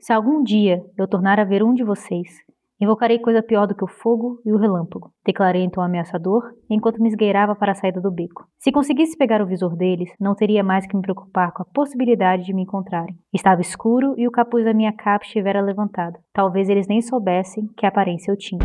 Se algum dia eu tornar a ver um de vocês, invocarei coisa pior do que o fogo e o relâmpago, declarei em tom ameaçador, enquanto me esgueirava para a saída do beco. Se conseguisse pegar o visor deles, não teria mais que me preocupar com a possibilidade de me encontrarem. Estava escuro e o capuz da minha capa estivera levantado. Talvez eles nem soubessem que aparência eu tinha.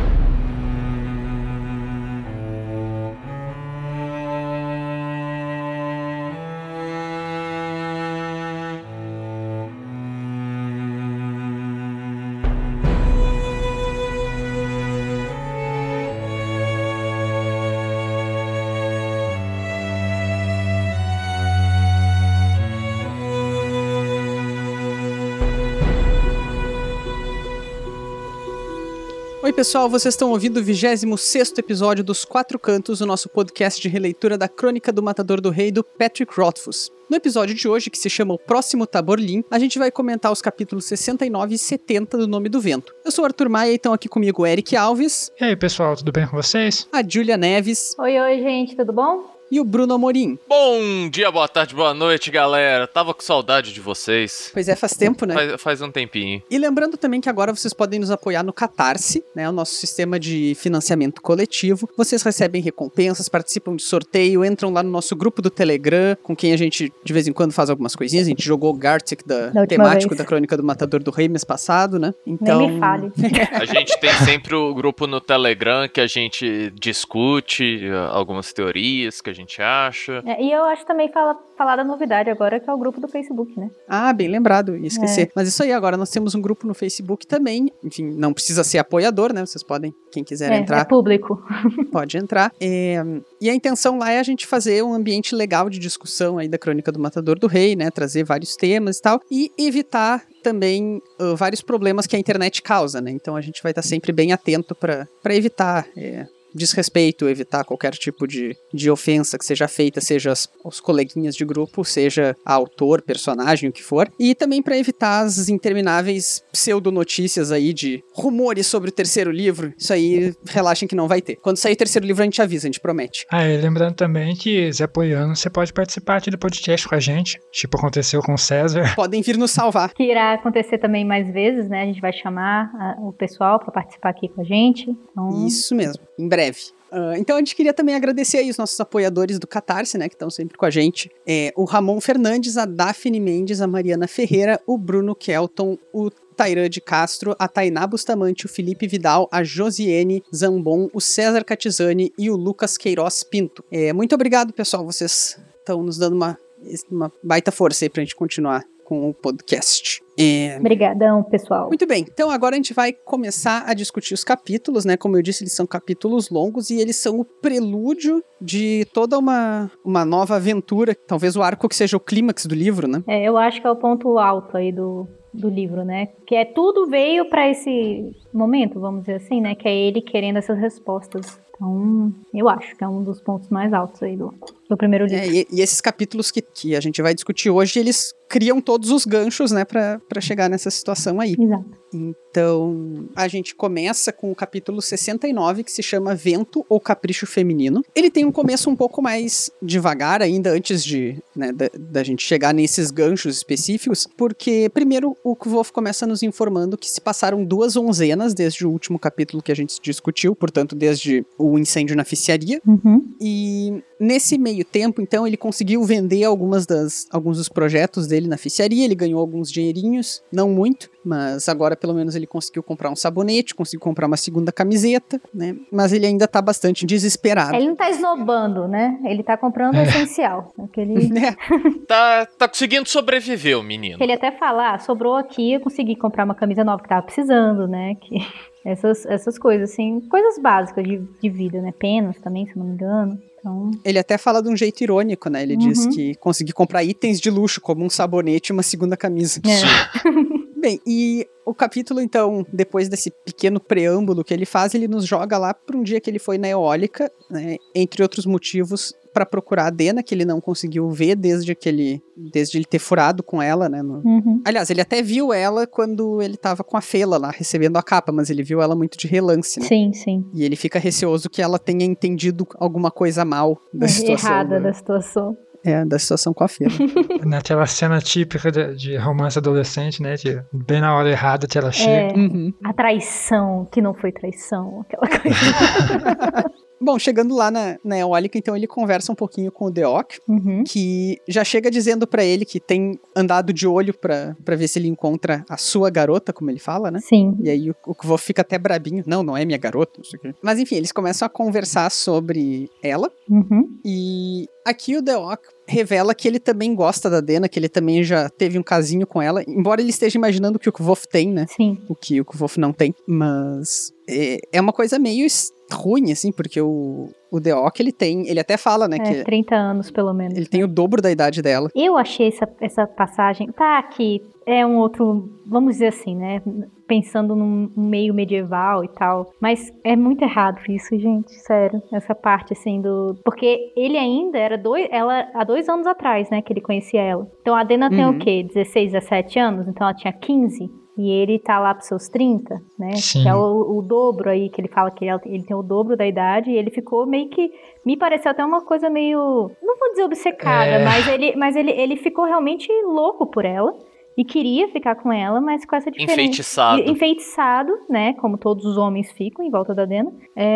Oi pessoal, vocês estão ouvindo o 26º episódio dos Quatro Cantos, o nosso podcast de releitura da Crônica do Matador do Rei, do Patrick Rothfuss. No episódio de hoje, que se chama O Próximo Taborlim, a gente vai comentar os capítulos 69 e 70 do Nome do Vento. Eu sou o Arthur Maia e estão aqui comigo o Eric Alves. E aí pessoal, tudo bem com vocês? A Júlia Neves. Oi, gente, tudo bom? E o Bruno Amorim. Bom dia, boa tarde, boa noite, galera. Tava com saudade de vocês. Pois é, faz tempo, né? Faz um tempinho. E lembrando também que agora vocês podem nos apoiar no Catarse, né? O nosso sistema de financiamento coletivo. Vocês recebem recompensas, participam de sorteio, entram lá no nosso grupo do Telegram, com quem a gente de vez em quando faz algumas coisinhas. A gente jogou o Gartic temático da Crônica do Matador do Rei mês passado, né? Então... Nem me fale. A gente tem sempre o grupo no Telegram que a gente discute algumas teorias que a gente acha. E eu acho também falar da novidade agora, que é o grupo do Facebook, né? Ah, bem lembrado, ia esquecer. Mas isso aí, agora nós temos um grupo no Facebook também. Enfim, não precisa ser apoiador, né? Vocês podem, quem quiser entrar. É público. Pode entrar. E a intenção lá é a gente fazer um ambiente legal de discussão aí da Crônica do Matador do Rei, né? Trazer vários temas e tal. E evitar também vários problemas que a internet causa, né? Então a gente vai estar sempre bem atento para evitar... desrespeito, evitar qualquer tipo de ofensa que seja feita, seja aos coleguinhas de grupo, seja a autor, personagem, o que for. E também para evitar as intermináveis pseudonotícias aí de rumores sobre o terceiro livro. Isso aí, relaxem que não vai ter. Quando sair o terceiro livro, a gente avisa, a gente promete. E lembrando também que, se apoiando, você pode participar aqui do podcast com a gente, tipo aconteceu com o César. Podem vir nos salvar. Que irá acontecer também mais vezes, né? A gente vai chamar o pessoal para participar aqui com a gente. Então... Isso mesmo, em breve. Então a gente queria também agradecer aí os nossos apoiadores do Catarse, né, que estão sempre com a gente. O Ramon Fernandes, a Daphne Mendes, a Mariana Ferreira, o Bruno Kelton, o Tairã de Castro, a Tainá Bustamante, o Felipe Vidal, a Josiane Zambon, o César Catizani e o Lucas Queiroz Pinto. Muito obrigado, pessoal, vocês estão nos dando uma baita força aí pra gente continuar com o podcast. Obrigadão, pessoal. Muito bem, então agora a gente vai começar a discutir os capítulos, né? Como eu disse, eles são capítulos longos e eles são o prelúdio de toda uma nova aventura, talvez o arco que seja o clímax do livro, né? Eu acho que é o ponto alto aí do livro, né? Que tudo veio pra esse momento, vamos dizer assim, né? Que é ele querendo essas respostas. Então, eu acho que é um dos pontos mais altos aí do primeiro livro. E esses capítulos que a gente vai discutir hoje, eles criam todos os ganchos, né, pra chegar nessa situação aí. Exato. Então, a gente começa com o capítulo 69, que se chama Vento ou Capricho Feminino. Ele tem um começo um pouco mais devagar ainda, antes da gente chegar nesses ganchos específicos, porque primeiro o Kvolf começa nos informando que se passaram 2 onzenas desde o último capítulo que a gente discutiu, portanto, desde o incêndio na ficiaria. Uhum. E nesse meio tempo, então, ele conseguiu vender alguns dos projetos dele na ficiaria, ele ganhou alguns dinheirinhos, não muito, mas agora pelo menos ele conseguiu comprar um sabonete, conseguiu comprar uma segunda camiseta, né? Mas ele ainda tá bastante desesperado. Ele não tá esnobando, né? Ele tá comprando o essencial. Aquele... Tá conseguindo sobreviver o menino. Ele até fala, sobrou aqui, eu consegui comprar uma camisa nova que tava precisando, né? Que... Essas coisas, assim, coisas básicas de vida, né? Penas também, se não me engano. Então... Ele até fala de um jeito irônico, né? Ele diz que conseguiu comprar itens de luxo, como um sabonete e uma segunda camisa. Bem, e o capítulo, então, depois desse pequeno preâmbulo que ele faz, ele nos joga lá para um dia que ele foi na eólica, né, entre outros motivos, para procurar a Dena, que ele não conseguiu ver desde ele ter furado com ela, né? Aliás, ele até viu ela quando ele tava com a Fela lá, recebendo a capa, mas ele viu ela muito de relance, né? Sim, sim. E ele fica receoso que ela tenha entendido alguma coisa mal da situação. Errada da situação. Da situação com a Fena. Naquela cena típica de romance adolescente, né? De bem na hora errada que ela chega. A traição, que não foi traição, aquela coisa. Bom, chegando lá na eólica, então ele conversa um pouquinho com o Deoc, que já chega dizendo pra ele que tem andado de olho pra ver se ele encontra a sua garota, como ele fala, né? Sim. E aí o Kvof fica até brabinho. Não é minha garota, não sei o quê. Mas enfim, eles começam a conversar sobre ela. E aqui o Deoc revela que ele também gosta da Dena, que ele também já teve um casinho com ela, embora ele esteja imaginando o que o Kvof tem, né? Sim. O que o Kvof não tem. Mas é uma coisa meio ruim, assim, porque o Deoc, ele até fala, né? Que 30 anos, pelo menos. Ele tem o dobro da idade dela. Eu achei essa passagem, que é um outro, vamos dizer assim, né? Pensando num meio medieval e tal. Mas é muito errado isso, gente, sério. Essa parte, assim, porque ele ainda era há 2 anos atrás, né, que ele conhecia ela. Então a Dena tem o quê? 16, 17 anos? Então ela tinha 15? E ele tá lá pros seus 30, né? Sim. Que é o dobro aí, que ele fala que ele tem o dobro da idade, e ele ficou meio que, me pareceu até uma coisa meio, não vou dizer obcecada, mas ele ficou realmente louco por ela, e queria ficar com ela, mas com essa diferença. Enfeitiçado, né? Como todos os homens ficam em volta da Dena.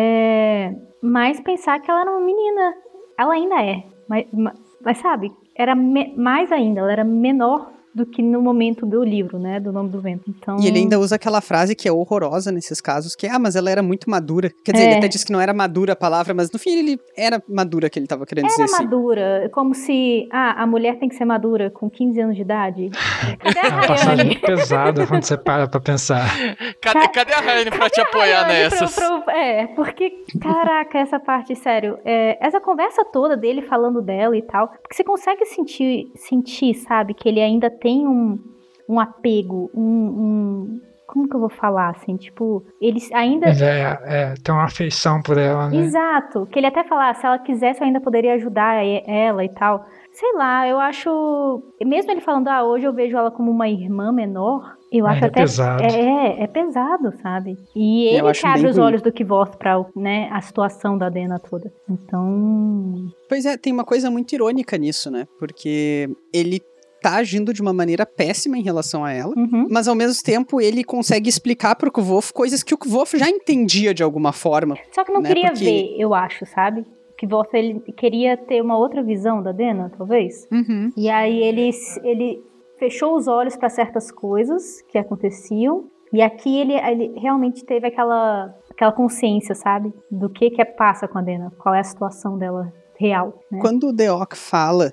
Mas pensar que ela era uma menina, ela ainda é, mas sabe, era mais ainda, ela era menor do que no momento do livro, né, do Nome do Vento. Então... E ele ainda usa aquela frase que é horrorosa nesses casos, que mas ela era muito madura. Quer dizer, ele até disse que não era madura a palavra, mas no fim ele era madura, que ele tava querendo dizer assim. Era madura, como se, a mulher tem que ser madura com 15 anos de idade. Cadê a Rayane? É uma passagem muito pesada quando você para pra pensar. Cadê a Rayane pra te apoiar nessas? Porque, caraca, essa parte, sério, essa conversa toda dele falando dela e tal, porque você consegue sentir, sabe, que ele ainda tem um apego, como que eu vou falar, assim, tipo, eles ainda... Ele tem uma afeição por ela, né? Exato, que ele até fala, se ela quisesse eu ainda poderia ajudar ela e tal. Sei lá, eu acho, mesmo ele falando, hoje eu vejo ela como uma irmã menor, eu acho até... pesado. É pesado, sabe? E ele que abre os olhos do Kvoth pra, né, a situação da Dena toda. Então... Pois tem uma coisa muito irônica nisso, né? Porque ele tá agindo de uma maneira péssima em relação a ela, mas ao mesmo tempo ele consegue explicar pro Kvoth coisas que o Kvoth já entendia de alguma forma. Só que não queria ver, eu acho, sabe? Que ele queria ter uma outra visão da Dena, talvez. E aí ele fechou os olhos para certas coisas que aconteciam, e aqui ele realmente teve aquela consciência, sabe? Do que passa com a Dena, qual é a situação dela real, né? Quando o Deoc fala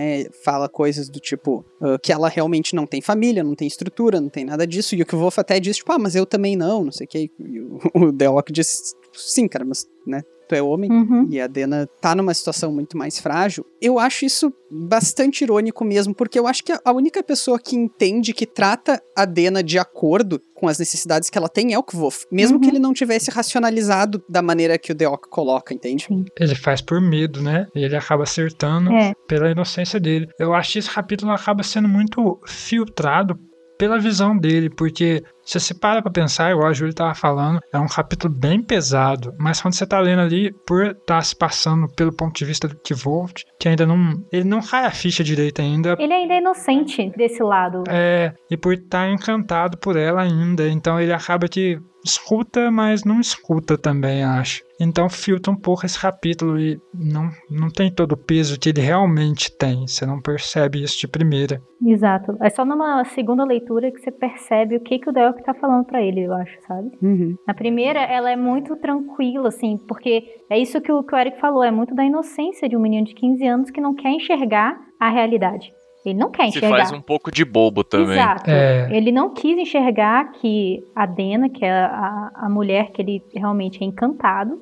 coisas do tipo que ela realmente não tem família, não tem estrutura, não tem nada disso, e o Kvoth até diz, tipo, mas eu também não sei o que, e o Deoc diz, sim, cara, mas, né, tu é homem, e a Dena tá numa situação muito mais frágil. Eu acho isso bastante irônico mesmo, porque eu acho que a única pessoa que entende, que trata a Dena de acordo com as necessidades que ela tem é o Kvoth, mesmo que ele não tivesse racionalizado da maneira que o Deoc coloca, entende? Sim. Ele faz por medo, né? E ele acaba acertando pela inocência dele. Eu acho que esse capítulo acaba sendo muito filtrado pela visão dele, porque se você para pra pensar, igual a Júlia tava falando, é um capítulo bem pesado, mas quando você tá lendo ali, por estar se passando pelo ponto de vista do Kvoth, que ainda ele não cai a ficha direito ainda. Ele ainda é inocente desse lado. E por estar encantado por ela ainda, então ele acaba que escuta, mas não escuta também, acho. Então filtra um pouco esse capítulo e não tem todo o peso que ele realmente tem. Você não percebe isso de primeira. Exato. É só numa segunda leitura que você percebe o que o Deoc tá falando pra ele, eu acho, sabe? Na primeira, ela é muito tranquila, assim, porque é isso que o Eric falou, é muito da inocência de um menino de 15 anos que não quer enxergar a realidade. Ele não quer enxergar. Se faz um pouco de bobo também. Exato. Ele não quis enxergar que a Dena, que é a mulher que ele realmente é encantado,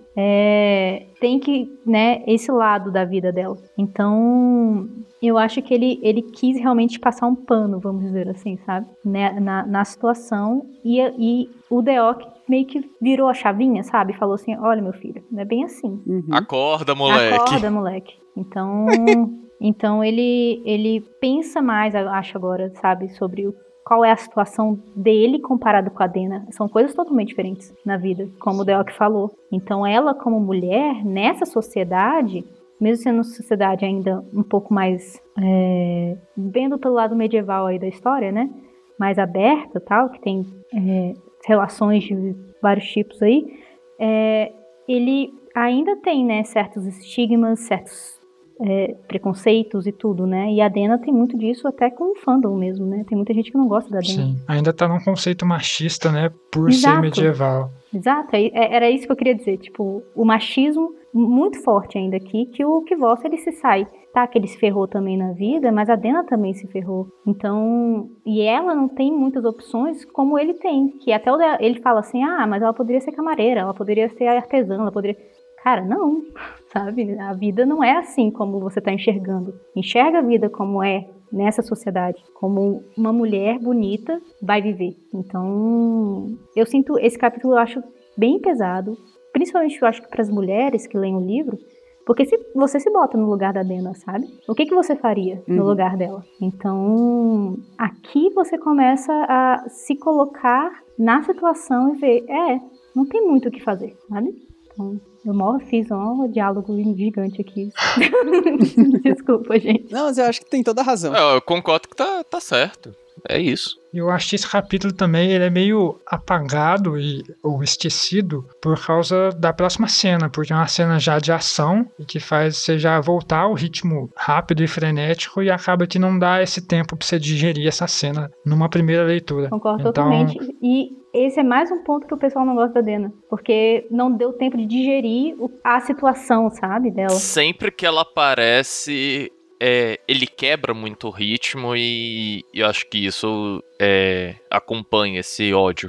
tem que, né, esse lado da vida dela. Então, eu acho que ele quis realmente passar um pano, vamos dizer assim, sabe? Né, na situação. E o Deoc meio que virou a chavinha, sabe? Falou assim, olha, meu filho, não é bem assim. Acorda, moleque. Acorda, moleque. Então ele pensa mais, eu acho agora, sabe, sobre qual é a situação dele comparado com a Dena. São coisas totalmente diferentes na vida, como o Deoc falou. Então ela, como mulher, nessa sociedade, mesmo sendo uma sociedade ainda um pouco mais, vendo pelo lado medieval aí da história, né? Mais aberta, tal, que tem relações de vários tipos aí, ele ainda tem, né, certos estigmas, certos preconceitos e tudo, né? E a Dena tem muito disso até com o fandom mesmo, né? Tem muita gente que não gosta da Dena. Sim, ainda tá num conceito machista, né? Por Exato. ser medieval. Exato, era isso que eu queria dizer. Tipo, o machismo muito forte ainda aqui, que o Kvoth, ele se sai. Tá, que ele se ferrou também na vida, mas a Dena também se ferrou. Então, e ela não tem muitas opções como ele tem. Que até ele fala assim, mas ela poderia ser camareira, ela poderia ser artesã, ela poderia... Cara, não, sabe? A vida não é assim como você tá enxergando. Enxerga a vida como é nessa sociedade, como uma mulher bonita vai viver. Então, eu sinto esse capítulo, eu acho bem pesado, principalmente eu acho que para as mulheres que leem o livro, porque se você se bota no lugar da Dena, sabe? O que você faria no lugar dela? Então, aqui você começa a se colocar na situação e ver, não tem muito o que fazer, sabe? Então, eu fiz um diálogo gigante aqui. Desculpa, gente. Não, mas eu acho que tem toda a razão. Eu concordo que tá certo. É isso. Eu acho que esse capítulo também ele é meio apagado ou esquecido por causa da próxima cena, porque é uma cena já de ação e que faz você já voltar ao ritmo rápido e frenético e acaba que não dá esse tempo pra você digerir essa cena numa primeira leitura. Concordo totalmente. E esse é mais um ponto que o pessoal não gosta da Dena, porque não deu tempo de digerir a situação, sabe, dela. Sempre que ela aparece... ele quebra muito o ritmo e eu acho que isso acompanha esse ódio.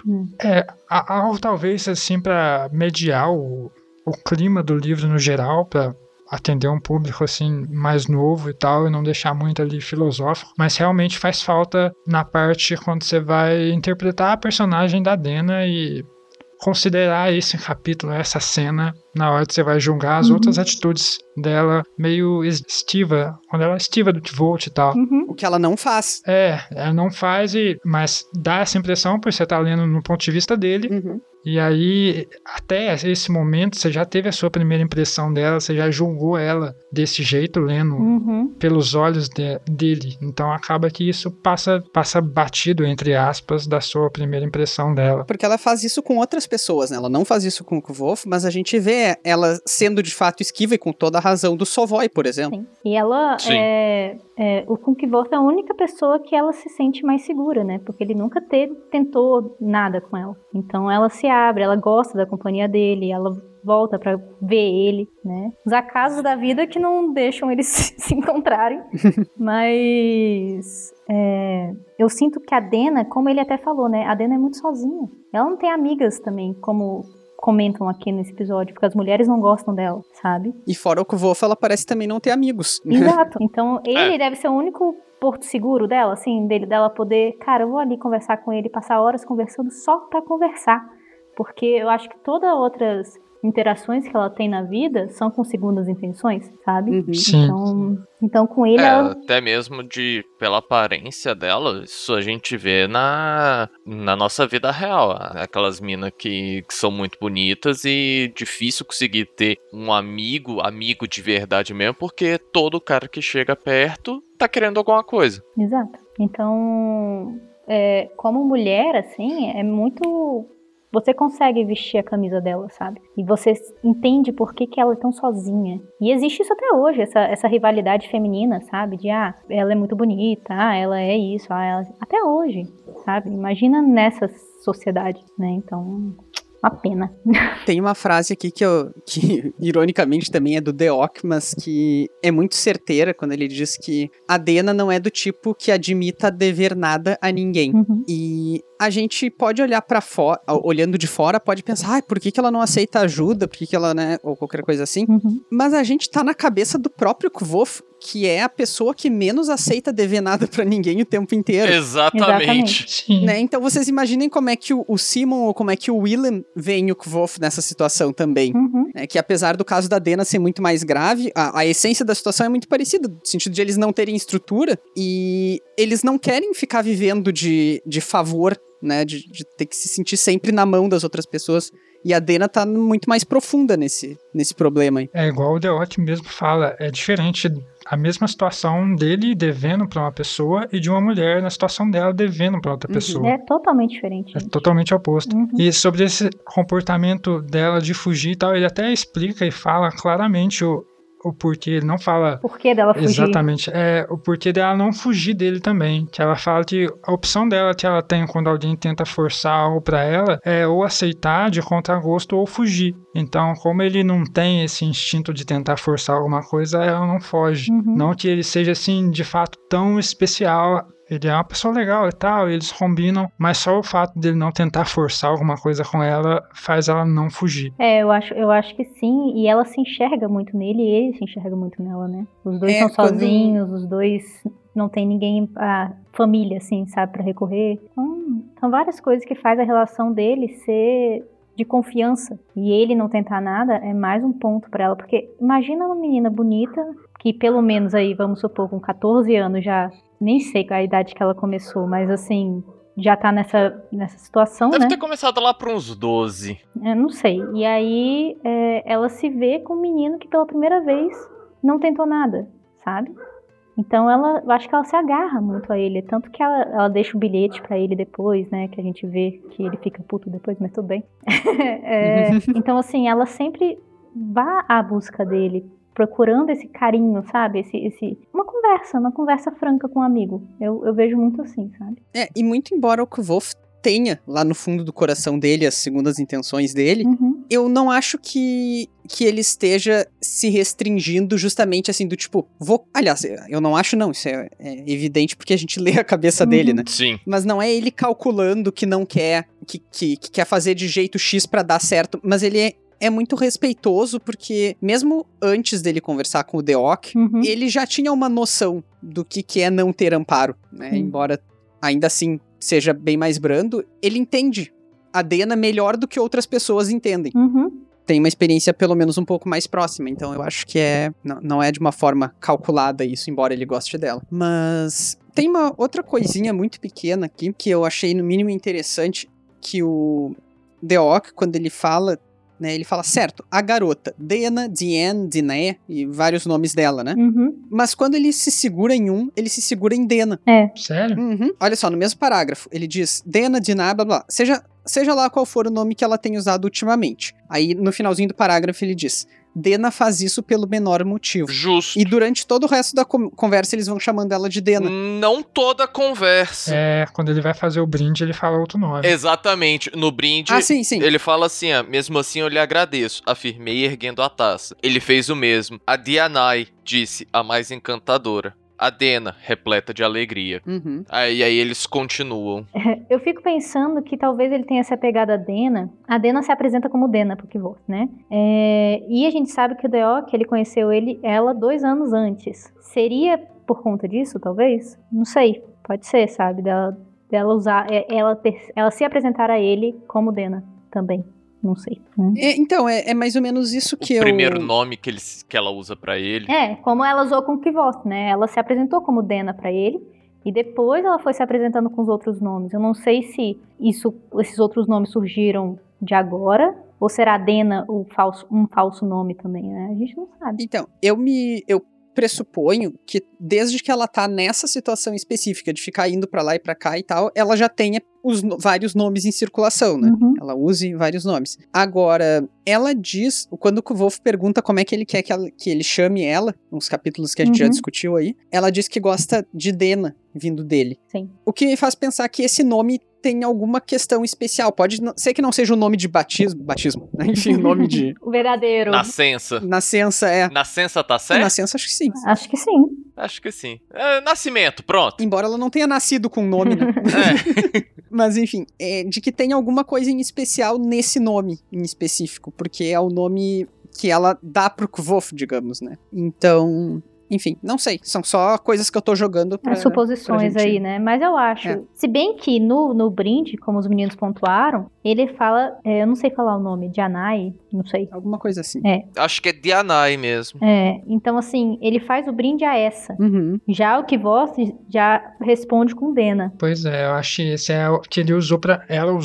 Algo talvez assim pra mediar o clima do livro no geral, pra atender um público assim mais novo e tal, e não deixar muito ali filosófico, mas realmente faz falta na parte quando você vai interpretar a personagem da Dena e considerar esse capítulo, essa cena, na hora que você vai julgar as outras atitudes dela, meio esquiva, quando ela esquiva do Kvoth e tal. O que ela não faz. Ela não faz, mas dá essa impressão por você estar lendo no ponto de vista dele. E aí, até esse momento, você já teve a sua primeira impressão dela, você já julgou ela desse jeito, lendo pelos olhos dele. Então acaba que isso passa batido, entre aspas, da sua primeira impressão dela. Porque ela faz isso com outras pessoas, né? Ela não faz isso com o Kvoth, mas a gente vê ela sendo de fato esquiva e com toda a razão do Sovoi, por exemplo. Sim. E ela o Kvoth é a única pessoa que ela se sente mais segura, né? Porque ele nunca tentou nada com ela. Então ela se abre, ela gosta da companhia dele, ela volta pra ver ele, né? Os acasos da vida que não deixam eles se encontrarem. Mas eu sinto que a Dena, como ele até falou, né? A Dena é muito sozinha. Ela não tem amigas também, como comentam aqui nesse episódio, porque as mulheres não gostam dela, sabe? E fora o Kvoth, ela parece também não ter amigos. Exato. Então ele deve ser o único porto seguro dela, assim, dela poder, cara, eu vou ali conversar com ele, passar horas conversando só pra conversar. Porque eu acho que todas as outras interações que ela tem na vida são com segundas intenções, sabe? Sim. Então com ele ela... Até mesmo pela aparência dela, isso a gente vê na nossa vida real. Aquelas minas que são muito bonitas e difícil conseguir ter um amigo de verdade mesmo, porque todo cara que chega perto tá querendo alguma coisa. Exato. Então, como mulher, assim, é muito... Você consegue vestir a camisa dela, sabe? E você entende por que ela é tão sozinha. E existe isso até hoje, essa rivalidade feminina, sabe? De, ela é muito bonita, ela é isso, ela... Até hoje, sabe? Imagina nessa sociedade, né? Então, uma pena. Tem uma frase aqui que ironicamente também é do Deok, mas que é muito certeira quando ele diz que a Dena não é do tipo que admita dever nada a ninguém. E a gente pode olhar pra fora, olhando de fora, pode pensar, por que ela não aceita ajuda, por que ela, né, ou qualquer coisa assim. Mas a gente tá na cabeça do próprio Kvoth, que é a pessoa que menos aceita dever nada pra ninguém o tempo inteiro. Exatamente. Sim. Né? Então vocês imaginem como é que o Simon ou como é que o Willem veem o Kvoth nessa situação também. Né? Que apesar do caso da Dena ser muito mais grave, a essência da situação é muito parecida, no sentido de eles não terem estrutura e eles não querem ficar vivendo de favor, né? De ter que se sentir sempre na mão das outras pessoas. E a Dena tá muito mais profunda nesse problema aí. É igual o Deock mesmo fala, é diferente a mesma situação dele devendo pra uma pessoa e de uma mulher na situação dela devendo pra outra pessoa. É totalmente diferente. É totalmente oposto. E sobre esse comportamento dela de fugir e tal, ele até explica e fala claramente o porquê, ele não fala... O porquê dela fugir. Exatamente, o porquê dela não fugir dele também, que ela fala que a opção dela que ela tem quando alguém tenta forçar algo pra ela é ou aceitar de contragosto ou fugir. Então, como ele não tem esse instinto de tentar forçar alguma coisa, ela não foge. Não que ele seja, assim, de fato tão especial. Ele é uma pessoa legal e tal, eles combinam, mas só o fato dele não tentar forçar alguma coisa com ela faz ela não fugir. Eu acho que sim, e ela se enxerga muito nele e ele se enxerga muito nela, né? Os dois são sozinhos, os dois não tem ninguém, a família, assim, sabe, pra recorrer. Então, são várias coisas que faz a relação dele ser de confiança. E ele não tentar nada é mais um ponto pra ela, porque imagina uma menina bonita, que pelo menos aí, vamos supor, com 14 anos já... Nem sei qual é a idade que ela começou, mas assim, já tá nessa situação, Deve né? ter começado lá pra uns 12. Não sei. E aí, ela se vê com um menino que pela primeira vez não tentou nada, sabe? Então, eu acho que ela se agarra muito a ele. Tanto que ela deixa o bilhete pra ele depois, né? Que a gente vê que ele fica puto depois, mas tudo bem. Então, assim, ela sempre vai à busca dele, procurando esse carinho, sabe? Uma conversa franca com um amigo. Eu vejo muito assim, sabe? E muito embora o Kvolf tenha lá no fundo do coração dele as segundas intenções dele, eu não acho que ele esteja se restringindo justamente assim do tipo, aliás, eu não acho não, isso é evidente porque a gente lê a cabeça dele, né? Sim. Mas não é ele calculando que não quer, que quer fazer de jeito X pra dar certo, mas ele é muito respeitoso, porque mesmo antes dele conversar com o Deock, ele já tinha uma noção do que é não ter amparo, né? Embora ainda assim seja bem mais brando, ele entende a Dena melhor do que outras pessoas entendem. Tem uma experiência pelo menos um pouco mais próxima, então eu acho que não é de uma forma calculada isso, embora ele goste dela. Mas tem uma outra coisinha muito pequena aqui, que eu achei no mínimo interessante, que o Deock, quando ele fala... Né, ele fala, certo, a garota, Dena, Diane, Diné, e vários nomes dela, né? Mas quando ele se segura em ele se segura em Dena. Sério? Olha só, no mesmo parágrafo, ele diz, Dena, Diná, blá, blá, seja lá qual for o nome que ela tem usado ultimamente. Aí, no finalzinho do parágrafo, ele diz, Dena faz isso pelo menor motivo. Justo. E durante todo o resto da conversa, eles vão chamando ela de Dena. Não toda a conversa. Quando ele vai fazer o brinde, ele fala outro nome. Exatamente. No brinde, sim. ele fala assim, mesmo assim eu lhe agradeço, afirmei erguendo a taça. Ele fez o mesmo. A Dianai, disse a mais encantadora. A Dena, repleta de alegria. Aí eles continuam. Eu fico pensando que talvez ele tenha se apegado a Dena. A Dena se apresenta como Dena pro Kvolf, né? E a gente sabe que o Deock, ele conheceu ela 2 anos antes. Seria por conta disso, talvez? Não sei. Pode ser, sabe? Dela usar... Ela se apresentar a ele como Dena também. Não sei. Né? Então, é mais ou menos isso que o primeiro nome que ela usa pra ele. Como ela usou com o Kvolf, né? Ela se apresentou como Dena pra ele, e depois ela foi se apresentando com os outros nomes. Eu não sei se esses outros nomes surgiram de agora, ou será Dena um falso nome também, né? A gente não sabe. Então, eu pressuponho que desde que ela tá nessa situação específica de ficar indo pra lá e pra cá e tal, ela já tenha vários nomes em circulação, né? Ela use vários nomes. Agora, ela diz, quando o Kvolf pergunta como é que ele quer que ele chame ela, uns capítulos que a gente já discutiu aí, ela diz que gosta de Dena vindo dele. Sim. O que me faz pensar que esse nome tem alguma questão especial. Pode ser que não seja o nome de batismo, né? Enfim, o nome de... O verdadeiro. Nascença. Nascença tá certo? Nascença, acho que sim. Acho que sim. Nascimento, pronto. Embora ela não tenha nascido com nome, né? Mas enfim, de que tem alguma coisa em especial nesse nome em específico, porque é o nome que ela dá pro Kvolf, digamos, né? Então... Enfim, não sei. São só coisas que eu tô jogando pra... suposições aí, né? Mas eu acho... Se bem que no brinde, como os meninos pontuaram, ele fala... eu não sei falar o nome. Dianai? Não sei. Alguma coisa assim. Acho que é Dianai mesmo. Então, assim, ele faz o brinde a essa. Já o Kvolf já responde com Dena. Pois é, eu acho que esse é o que ele usou ela usou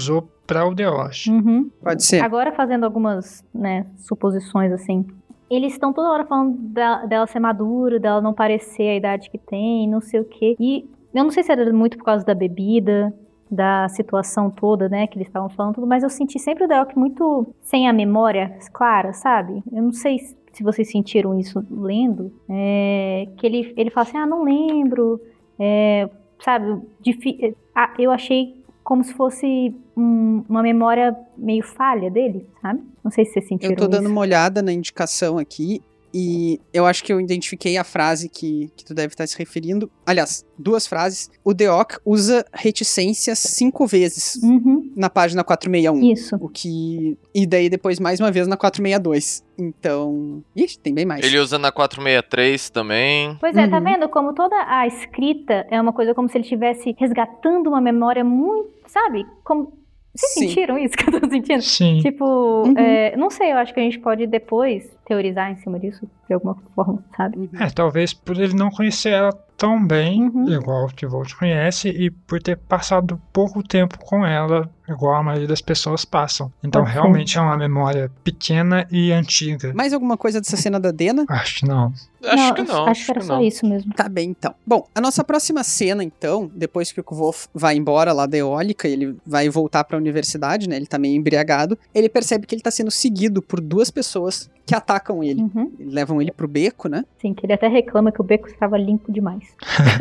para o Deosh. Uhum. Pode ser. Agora fazendo algumas, né, suposições assim. Eles estão toda hora falando dela ser madura, dela não parecer a idade que tem, não sei o quê. E eu não sei se era muito por causa da bebida, da situação toda, né, que eles estavam falando tudo, mas eu senti sempre o Deoch muito sem a memória clara, sabe? Eu não sei se vocês sentiram isso lendo, que ele fala assim, não lembro, sabe? Eu achei como se fosse uma memória meio falha dele, sabe? Não sei se vocês sentiram isso. Eu tô dando uma olhada na indicação aqui e eu acho que eu identifiquei a frase que tu deve estar se referindo. Aliás, 2 frases. O Deoch usa reticências 5 vezes na página 461. Isso. E daí depois mais uma vez na 462. Então... Ixi, tem bem mais. Ele usa na 463 também. Pois é, tá vendo? Como toda a escrita é uma coisa como se ele estivesse resgatando uma memória muito... Sabe? Como... Vocês sentiram isso que eu tô sentindo? Sim. Tipo, não sei, eu acho que a gente pode depois teorizar em cima disso, de alguma forma, sabe? Talvez por ele não conhecer ela tão bem, igual o Tvolt conhece, e por ter passado pouco tempo com ela, igual a maioria das pessoas passam. Então realmente é uma memória pequena e antiga. Mais alguma coisa dessa cena da Dena? Acho que não. Acho que não. Acho que era só isso mesmo. Tá bem, então. Bom, a nossa próxima cena, então, depois que o Kvolf vai embora lá da Eólica, ele vai voltar pra universidade, né? Ele tá meio embriagado. Ele percebe que ele tá sendo seguido por 2 pessoas que atacam ele. Levam ele pro beco, né? Sim, que ele até reclama que o beco estava limpo demais.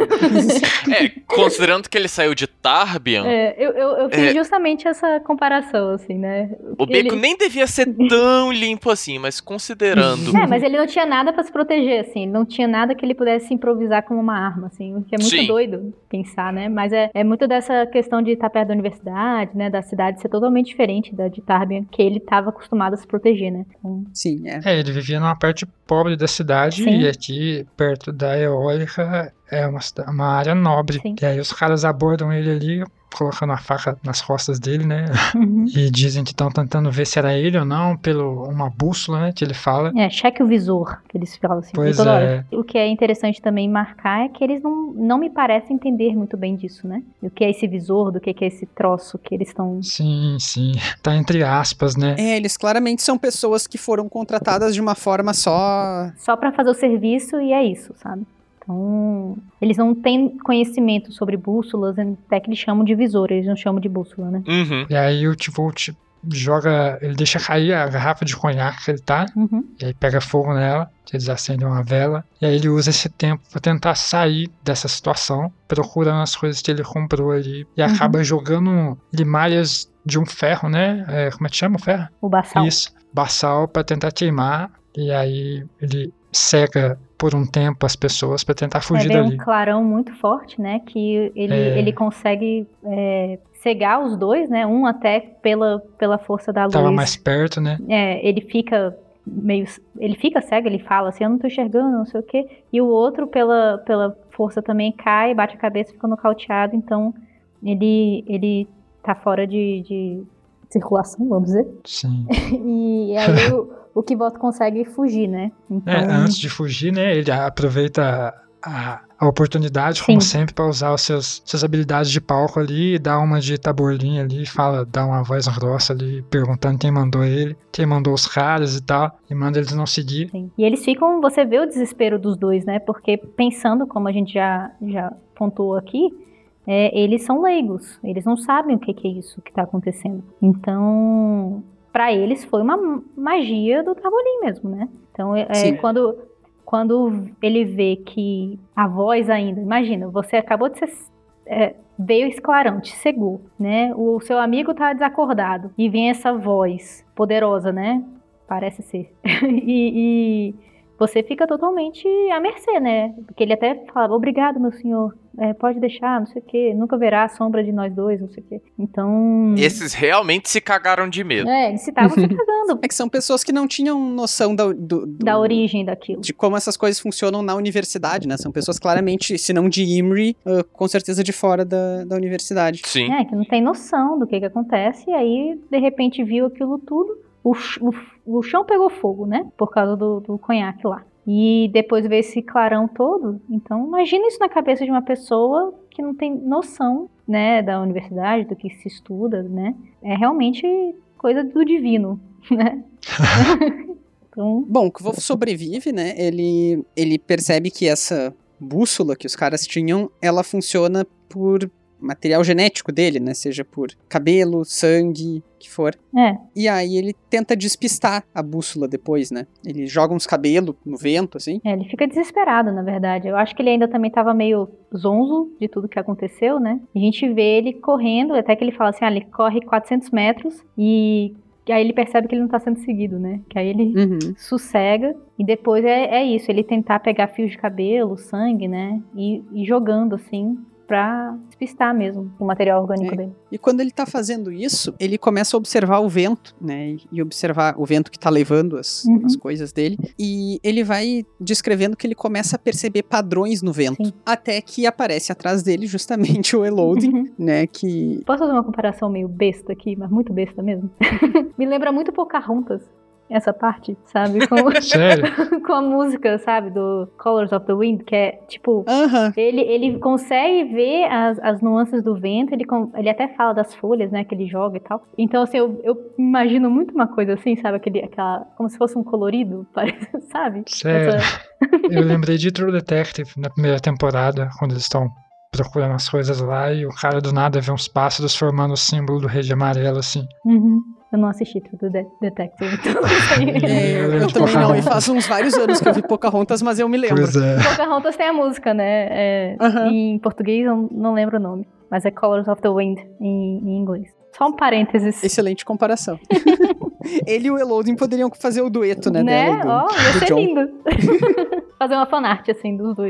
Considerando que ele saiu de Tarbian... Eu fiz justamente essa comparação, assim, né? O beco nem devia ser tão limpo assim, mas considerando... Mas ele não tinha nada pra se proteger, assim. Não tinha nada que ele pudesse improvisar como uma arma, assim. O que é muito doido pensar, né? Mas é muito dessa questão de estar perto da universidade, né? Da cidade ser totalmente diferente da de Tarbian, que ele estava acostumado a se proteger, né? Então... Sim, ele vivia numa parte pobre da cidade. Sim. E aqui, perto da Eólica, é uma área nobre. Sim. E aí os caras abordam ele ali, colocando a faca nas costas dele, né? E dizem que estão tentando ver se era ele ou não, pelo uma bússola, né? Que ele fala. Cheque o visor, que eles falam assim. Pois toda hora. O que é interessante também marcar é que eles não me parecem entender muito bem disso, né? O que é esse visor, do que é esse troço que eles estão... Sim. Tá entre aspas, né? Eles claramente são pessoas que foram contratadas de uma forma só... Só pra fazer o serviço e é isso, sabe? Então, eles não têm conhecimento sobre bússolas, até que eles chamam de visor, eles não chamam de bússola, né? E aí o Tvolt ele deixa cair a garrafa de conhaque que ele tá, e aí pega fogo nela, eles acendem uma vela, e aí ele usa esse tempo pra tentar sair dessa situação, procurando as coisas que ele comprou ali, e acaba jogando limalhas de um ferro, né? Como é que chama o ferro? O baçal. Isso, baçal pra tentar queimar, e aí ele cega por um tempo as pessoas pra tentar fugir dali. Um clarão muito forte, né? Que ele consegue cegar os 2, né? Um até pela força da luz. Tava mais perto, né? Ele fica cego, ele fala assim, eu não tô enxergando, não sei o quê. E o outro, pela força também, cai, bate a cabeça, fica nocauteado. Então, ele tá fora de circulação, vamos dizer. Sim. E aí o Kvoth consegue fugir, né? Então... antes de fugir, né, ele aproveita a oportunidade, como sempre, para usar suas habilidades de palco ali, e dá uma de taborlinha ali, dá uma voz grossa ali, perguntando quem mandou ele, quem mandou os caras e tal, e manda eles não seguir. Sim. E eles ficam, você vê o desespero dos 2, né, porque pensando, como a gente já pontuou aqui, eles são leigos, eles não sabem o que é isso que tá acontecendo. Então... Pra eles foi uma magia do Tarbolin mesmo, né? Então, quando ele vê que a voz ainda... Imagina, você acabou de ser... veio esse clarão, te cegou, né? O seu amigo tá desacordado. E vem essa voz poderosa, né? Parece ser. e você fica totalmente à mercê, né? Porque ele até fala, obrigado, meu senhor. Pode deixar, não sei o quê. Nunca verá a sombra de nós 2, não sei o quê. Então... Esses realmente se cagaram de medo. Eles estavam se cagando. É que são pessoas que não tinham noção da origem daquilo. De como essas coisas funcionam na universidade, né? São pessoas claramente, se não de Imri, com certeza de fora da universidade. Sim. Que não tem noção do que acontece. E aí, de repente, viu aquilo tudo. O chão pegou fogo, né? Por causa do conhaque lá. E depois veio esse clarão todo. Então, imagina isso na cabeça de uma pessoa que não tem noção, né, da universidade, do que se estuda, né? É realmente coisa do divino, né? Então... Bom, o Kvolf sobrevive, né? Ele percebe que essa bússola que os caras tinham, ela funciona por material genético dele, né? Seja por cabelo, sangue, o que for. E aí ele tenta despistar a bússola depois, né? Ele joga uns cabelos no vento, assim. Ele fica desesperado, na verdade. Eu acho que ele ainda também tava meio zonzo de tudo que aconteceu, né? A gente vê ele correndo, até que ele fala assim, ele corre 400 metros e aí ele percebe que ele não tá sendo seguido, né? Que aí ele sossega e depois é isso, ele tentar pegar fios de cabelo, sangue, né? E jogando, assim, pra despistar mesmo o material orgânico dele. E quando ele tá fazendo isso, ele começa a observar o vento, né? E observar o vento que tá levando as coisas dele. E ele vai descrevendo que ele começa a perceber padrões no vento. Sim. Até que aparece atrás dele justamente o Eloding, né? Que... Posso fazer uma comparação meio besta aqui, mas muito besta mesmo? Me lembra muito Pocahontas. Essa parte, sabe? Sério? Com a música, sabe? Do Colors of the Wind, que é tipo... Ele consegue ver as nuances do vento, ele até fala das folhas, né? Que ele joga e tal. Então, assim, eu imagino muito uma coisa assim, sabe? Como se fosse um colorido, parece, sabe? Sério? Eu lembrei de True Detective na primeira temporada, quando eles estão procurando as coisas lá e o cara do nada vê uns pássaros formando o símbolo do rei de amarelo, assim. Eu não assisti True Detective, então eu também não, e faz uns vários anos que eu vi Pocahontas, mas eu me lembro. Pois é. Pocahontas tem a música, né? Em português eu não lembro o nome, mas é Colors of the Wind em inglês. Só um parênteses. Excelente comparação. Ele e o Eloding poderiam fazer o dueto, né? Dela ia ser lindo. Fazer uma fanart, assim, dos dois.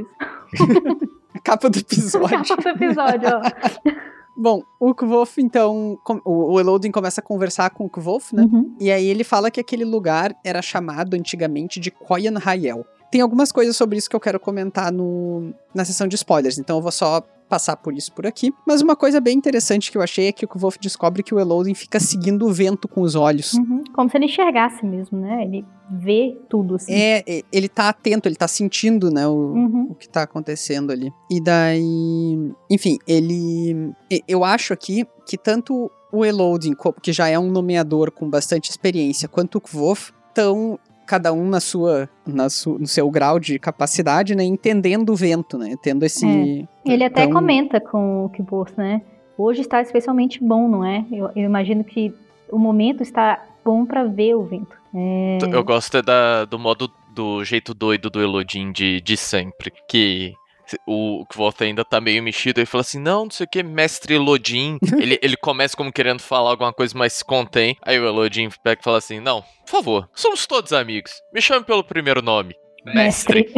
A capa do episódio. A capa do episódio, ó. Bom, o Kvolf, então, o Eloding começa a conversar com o Kvolf, né? E aí ele fala que aquele lugar era chamado antigamente de Koyan Hayel. Tem algumas coisas sobre isso que eu quero comentar na sessão de spoilers, então eu vou só passar por isso por aqui. Mas uma coisa bem interessante que eu achei é que o Kvolf descobre que o Eloding fica seguindo o vento com os olhos. Como se ele enxergasse mesmo, né? Ele vê tudo, assim. Ele tá atento, ele tá sentindo, né, o que tá acontecendo ali. E daí... Enfim, eu acho aqui que tanto o Eloding, que já é um nomeador com bastante experiência, quanto o Kvolf estão... cada um no seu grau de capacidade, né, entendendo o vento, né, tendo esse... Ele até comenta com o Kvolf, né, hoje está especialmente bom, não é? Eu imagino que o momento está bom para ver o vento. Eu gosto do modo, do jeito doido do Eloding de sempre, que... O Kvolf ainda tá meio mexido, ele fala assim, não sei o que, mestre Eloding. ele começa como querendo falar alguma coisa, mas se contém. Aí o Eloding pega e fala assim, não, por favor, somos todos amigos, me chame pelo primeiro nome. Mestre.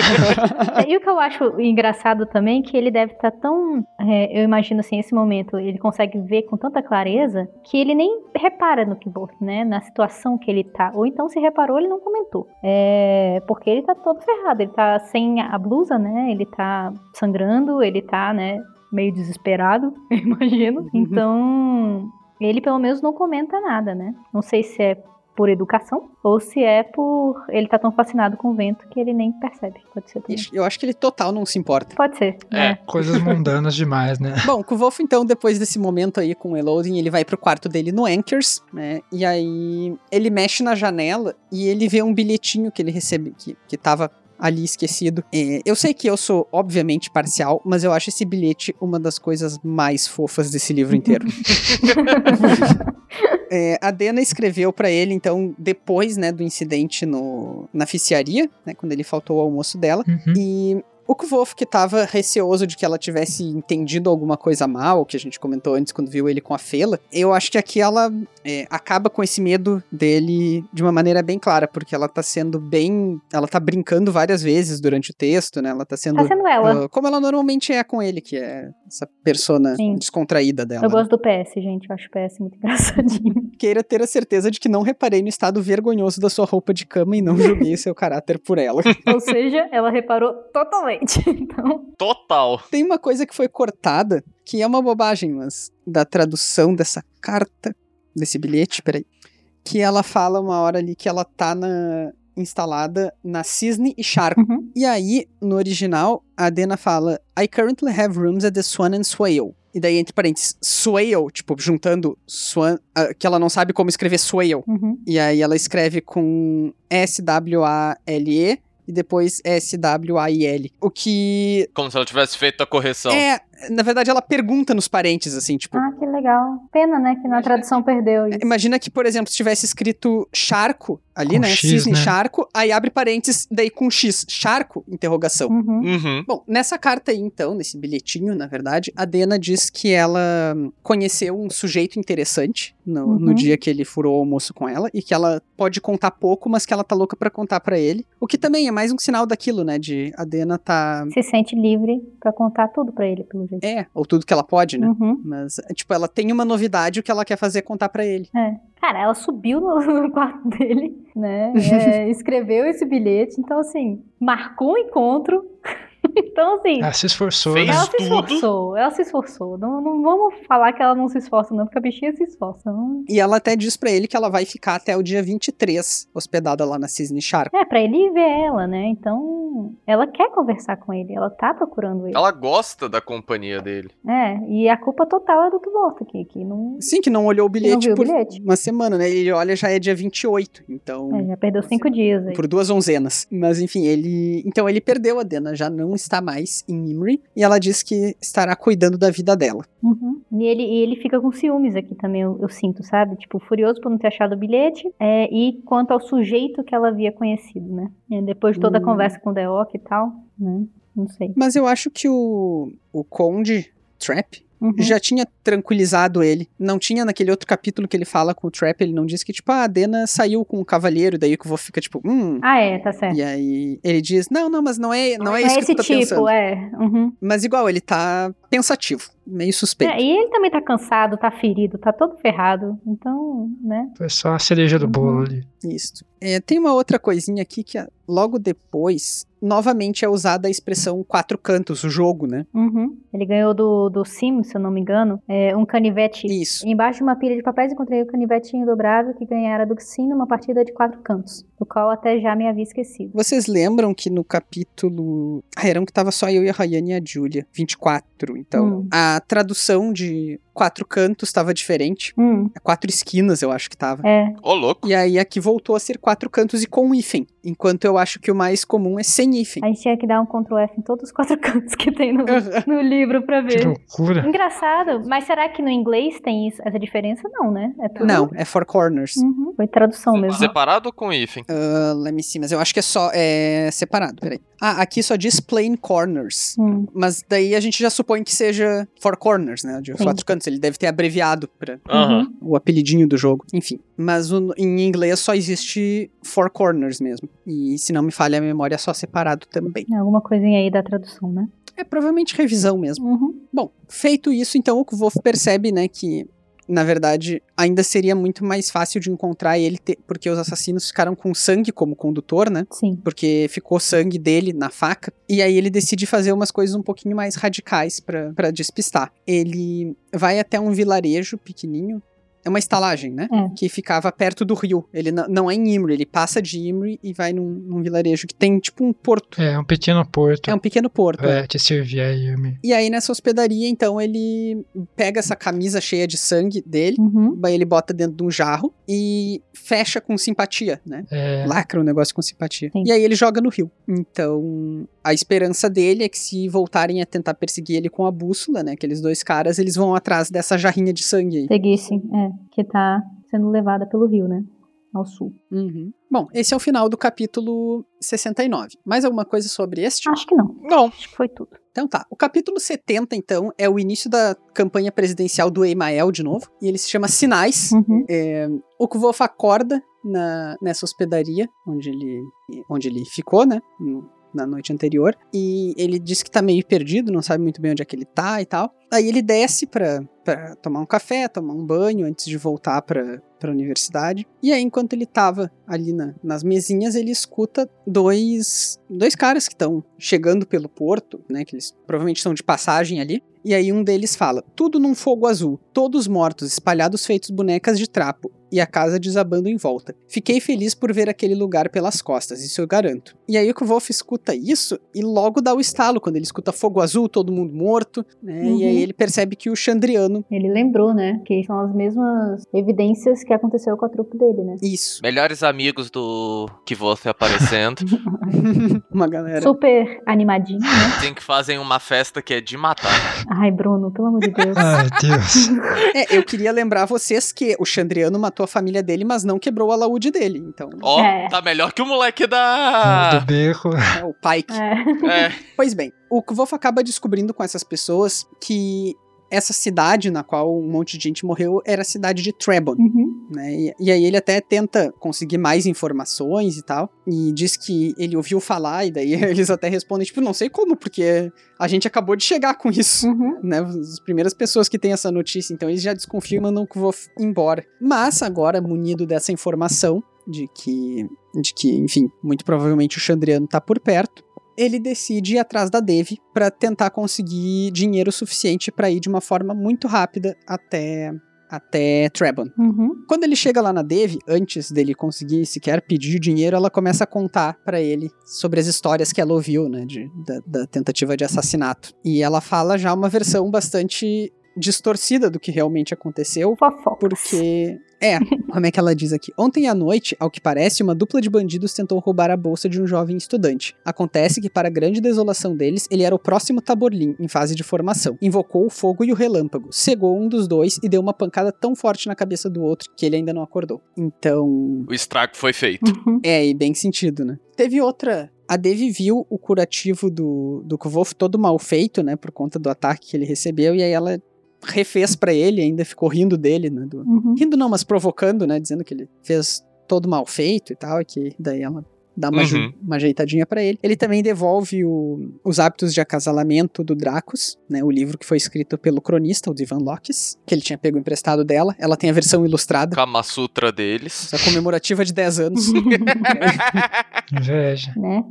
E o que eu acho engraçado também, que ele deve estar tão... eu imagino assim, esse momento, ele consegue ver com tanta clareza, que ele nem repara no Kvolf, né? Na situação que ele tá. Ou então, se reparou, ele não comentou. Porque ele tá todo ferrado, ele tá sem a blusa, né? Ele tá sangrando, ele tá, né, meio desesperado, eu imagino. Então, ele pelo menos não comenta nada, né? Não sei se é por educação, ou se é por ele tá tão fascinado com o vento que ele nem percebe. Pode ser também. Eu acho que ele total não se importa. Pode ser, né? Coisas mundanas demais, né? Bom, o Kvolf, então, depois desse momento aí com o Eloding, ele vai pro quarto dele no Anchors, né? E aí ele mexe na janela e ele vê um bilhetinho que ele recebe, que tava ali esquecido. Eu sei que eu sou, obviamente, parcial, mas eu acho esse bilhete uma das coisas mais fofas desse livro inteiro. A Dena escreveu pra ele, então, depois, né, do incidente na oficiaria, né, quando ele faltou ao almoço dela, e o Kvolf, que tava receoso de que ela tivesse entendido alguma coisa mal, que a gente comentou antes quando viu ele com a Fela, eu acho que aqui ela acaba com esse medo dele de uma maneira bem clara, porque ela tá sendo ela tá brincando várias vezes durante o texto, né, ela tá sendo ela. Como ela normalmente é com ele, que é essa persona descontraída dela. Eu gosto do PS, gente, eu acho o PS muito engraçadinho. Queira ter a certeza de que não reparei no estado vergonhoso da sua roupa de cama e não julguei seu caráter por ela. Ou seja, ela reparou totalmente. Então... Total. Tem uma coisa que foi cortada, que é uma bobagem, mas da tradução dessa carta, desse bilhete, peraí, que ela fala uma hora ali que ela tá instalada na Cisne e Charco. E aí, no original, a Adena fala, I currently have rooms at the Swan and Swale. E daí, entre parênteses, Swale, tipo, juntando Swan, que ela não sabe como escrever Swale. E aí ela escreve com S-W-A-L-E e depois S-W-A-I-L. O que... Como se ela tivesse feito a correção. Na verdade, ela pergunta nos parentes, assim, tipo... Ah, que legal. Pena, né, que na tradução perdeu isso. Imagina que, por exemplo, se tivesse escrito charco ali, com né? X, Cisne, né? charco, aí abre parênteses, daí com X, charco, interrogação. Bom, nessa carta aí, então, nesse bilhetinho, na verdade, a Adena diz que ela conheceu um sujeito interessante no dia que ele furou o almoço com ela, e que ela pode contar pouco, mas que ela tá louca pra contar pra ele. O que também é mais um sinal daquilo, né? De a Adena tá... Se sente livre pra contar tudo pra ele, pelo jeito. Ou tudo que ela pode, né? Mas, tipo, ela tem uma novidade, o que ela quer fazer é contar pra ele. Cara, ela subiu no quarto dele, né? Escreveu esse bilhete, então, assim, marcou um encontro. Então, assim... Ela se esforçou, Fez né? Ela se esforçou. Não vamos falar que ela não se esforça, não, porque a bichinha se esforça. Não. E ela até diz pra ele que ela vai ficar até o dia 23, hospedada lá na Cisne Charco. Pra ele ver ela, né? Então, ela quer conversar com ele, ela tá procurando ele. Ela gosta da companhia dele. E a culpa total é do Tuborta aqui, que não... Sim, que não olhou o bilhete por bilhete. uma semana, né? Ele olha, já é dia 28, então... já perdeu 5 dias aí. Por 2 onzenas. Mas, enfim, Então, ele perdeu a Adena, já não está mais em Imri, e ela diz que estará cuidando da vida dela. E ele fica com ciúmes aqui também, eu sinto, sabe? Tipo, furioso por não ter achado o bilhete, e quanto ao sujeito que ela havia conhecido, né? Depois de toda a conversa com o Deock e tal, né? Não sei. Mas eu acho que o Conde Trap já tinha tranquilizado ele. Não tinha naquele outro capítulo que ele fala com o Trap, ele não diz que, tipo, a Adena saiu com o cavaleiro, daí que o vô fica, tipo, tá certo. E aí ele diz, não, mas não é isso que tu tá pensando. Mas igual, ele tá pensativo, meio suspeito. E ele também tá cansado, tá ferido, tá todo ferrado, então, né? Foi só a cereja do bolo ali. Isso. Tem uma outra coisinha aqui que logo depois, novamente é usada a expressão 4 cantos, o jogo, né? Ele ganhou do Sim, se eu não me engano, um canivete. Isso. Embaixo de uma pilha de papéis encontrei o canivetinho dobrável que ganhara do Sim numa partida de 4 cantos, do qual até já me havia esquecido. Vocês lembram que no capítulo... era um que tava só eu e a Rayane e a Julia, 24, então. A tradução de 4 cantos tava diferente. 4 esquinas, eu acho que tava. Ô, louco. E aí aqui voltou a ser 4 cantos e com hífen. Enquanto eu acho que o mais comum é sem hífen. A gente tinha que dar um Ctrl F em todos os 4 cantos que tem no livro pra ver. Que loucura. Engraçado. Mas será que no inglês tem essa diferença? Não, né? É tudo... Não, é 4 corners. Foi tradução mesmo. Separado ou com hífen? Let me see, mas eu acho que é separado, peraí. Aqui só diz plain corners. Mas daí a gente já supõe que seja 4 corners, né? De 4 cantos. Ele deve ter abreviado pra o apelidinho do jogo. Enfim. Mas em inglês só existe 4 corners mesmo. E se não me falha a memória, é só separado também. Alguma coisinha aí da tradução, né? É provavelmente revisão mesmo. Bom, feito isso, então o Wolf percebe, né, que na verdade ainda seria muito mais fácil de encontrar ele, porque os assassinos ficaram com sangue como condutor, né? Sim. Porque ficou sangue dele na faca. E aí ele decide fazer umas coisas um pouquinho mais radicais pra despistar. Ele vai até um vilarejo pequenininho. É uma estalagem, né? Que ficava perto do rio. Ele não é em Imri, ele passa de Imri e vai num vilarejo que tem tipo um porto. Um pequeno porto. É um pequeno porto. Te servir a Imri. E aí nessa hospedaria, então, ele pega essa camisa cheia de sangue dele, aí ele bota dentro de um jarro e fecha com simpatia, né? Lacra o negócio com simpatia. Sim. E aí ele joga no rio. Então, a esperança dele é que se voltarem a tentar perseguir ele com a bússola, né? Aqueles 2 caras, eles vão atrás dessa jarrinha de sangue aí. Seguissem, que tá sendo levada pelo rio, né? Ao sul. Bom, esse é o final do capítulo 69. Mais alguma coisa sobre este? Acho que não. Não. Acho que foi tudo. Então tá. O capítulo 70, então, é o início da campanha presidencial do Eimael de novo. E ele se chama Sinais. O Kvof acorda nessa hospedaria onde ele ficou, né? Na noite anterior. E ele diz que tá meio perdido, não sabe muito bem onde é que ele tá e tal. Aí ele desce pra tomar um café, tomar um banho antes de voltar pra universidade. E aí, enquanto ele tava ali nas mesinhas, ele escuta dois caras que estão chegando pelo porto, né? Que eles provavelmente estão de passagem ali. E aí um deles fala: tudo num fogo azul, todos mortos, espalhados feitos bonecas de trapo. e a casa desabando em volta. Fiquei feliz por ver aquele lugar pelas costas, isso eu garanto. E aí o Kvolf escuta isso e logo dá o estalo, quando ele escuta fogo azul, todo mundo morto, né? E aí ele percebe que o Chandriano... Ele lembrou, né? Que são as mesmas evidências que aconteceu com a trupe dele, né? Isso. Melhores amigos do Kvolf aparecendo. Uma galera... Super animadinho, né? Tem que fazem uma festa que é de matar. Ai, Bruno, pelo amor de Deus. Ai, Deus. Eu queria lembrar vocês que o Chandriano matou a família dele, mas não quebrou o alaúde dele, então... Ó, tá melhor que o moleque da... Do beco. O Pike. Pois bem, o Kvolf acaba descobrindo com essas pessoas que essa cidade na qual um monte de gente morreu era a cidade de Trebon, né? E aí ele até tenta conseguir mais informações e tal, e diz que ele ouviu falar, e daí eles até respondem, tipo, não sei como, porque a gente acabou de chegar com isso, né? As primeiras pessoas que têm essa notícia, então eles já desconfiam e mandam o Kvolf embora. Mas agora, munido dessa informação, de que, enfim, muito provavelmente o Chandriano tá por perto, ele decide ir atrás da Devi para tentar conseguir dinheiro suficiente para ir de uma forma muito rápida até Trebon. Quando ele chega lá na Devi, antes dele conseguir sequer pedir dinheiro, ela começa a contar para ele sobre as histórias que ela ouviu, né, da tentativa de assassinato. E ela fala já uma versão bastante distorcida do que realmente aconteceu, porque... como é que ela diz aqui? Ontem à noite, ao que parece, uma dupla de bandidos tentou roubar a bolsa de um jovem estudante. Acontece que, para a grande desolação deles, ele era o próximo Taborlin, em fase de formação. Invocou o fogo e o relâmpago, cegou um dos dois e deu uma pancada tão forte na cabeça do outro que ele ainda não acordou. Então... O estrago foi feito. E bem sentido, né? Teve outra... A Devi viu o curativo do Kvolf todo mal feito, né, por conta do ataque que ele recebeu, e aí ela refez pra ele, ainda ficou rindo dele, né, rindo não, mas provocando, né, dizendo que ele fez todo mal feito e tal, e que daí ela dá uma ajeitadinha pra ele. Ele também devolve os hábitos de acasalamento do Dracos, né, o livro que foi escrito pelo cronista, o Divan Lokis, que ele tinha pego emprestado dela. Ela tem a versão ilustrada. Kama Sutra deles. A comemorativa de 10 anos. Inveja. Né?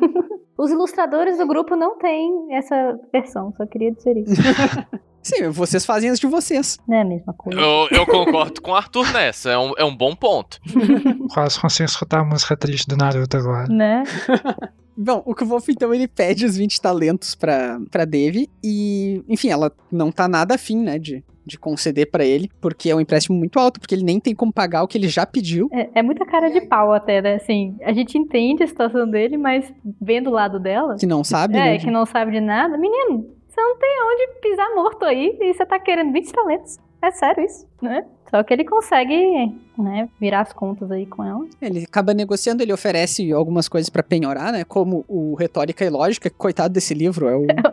Os ilustradores do grupo não têm essa versão, só queria dizer isso. Sim, vocês fazem as de vocês. Não é a mesma coisa. Eu concordo com o Arthur nessa, é um bom ponto. Quase consigo escutar a música triste do Naruto agora. Né? Bom, o Kvolf, então, ele pede os 20 talentos pra Devi e, enfim, ela não tá nada afim, né, de conceder pra ele, porque é um empréstimo muito alto, porque ele nem tem como pagar o que ele já pediu. É muita cara de pau até, né, assim, a gente entende a situação dele, mas vendo o lado dela... Que não sabe, né? Que não sabe de nada. Menino, você não tem onde pisar morto aí e você tá querendo 20 talentos. É sério isso, né? Só que ele consegue, né, virar as contas aí com ela. Ele acaba negociando, ele oferece algumas coisas pra penhorar, né? Como o Retórica e Lógica, que coitado desse livro,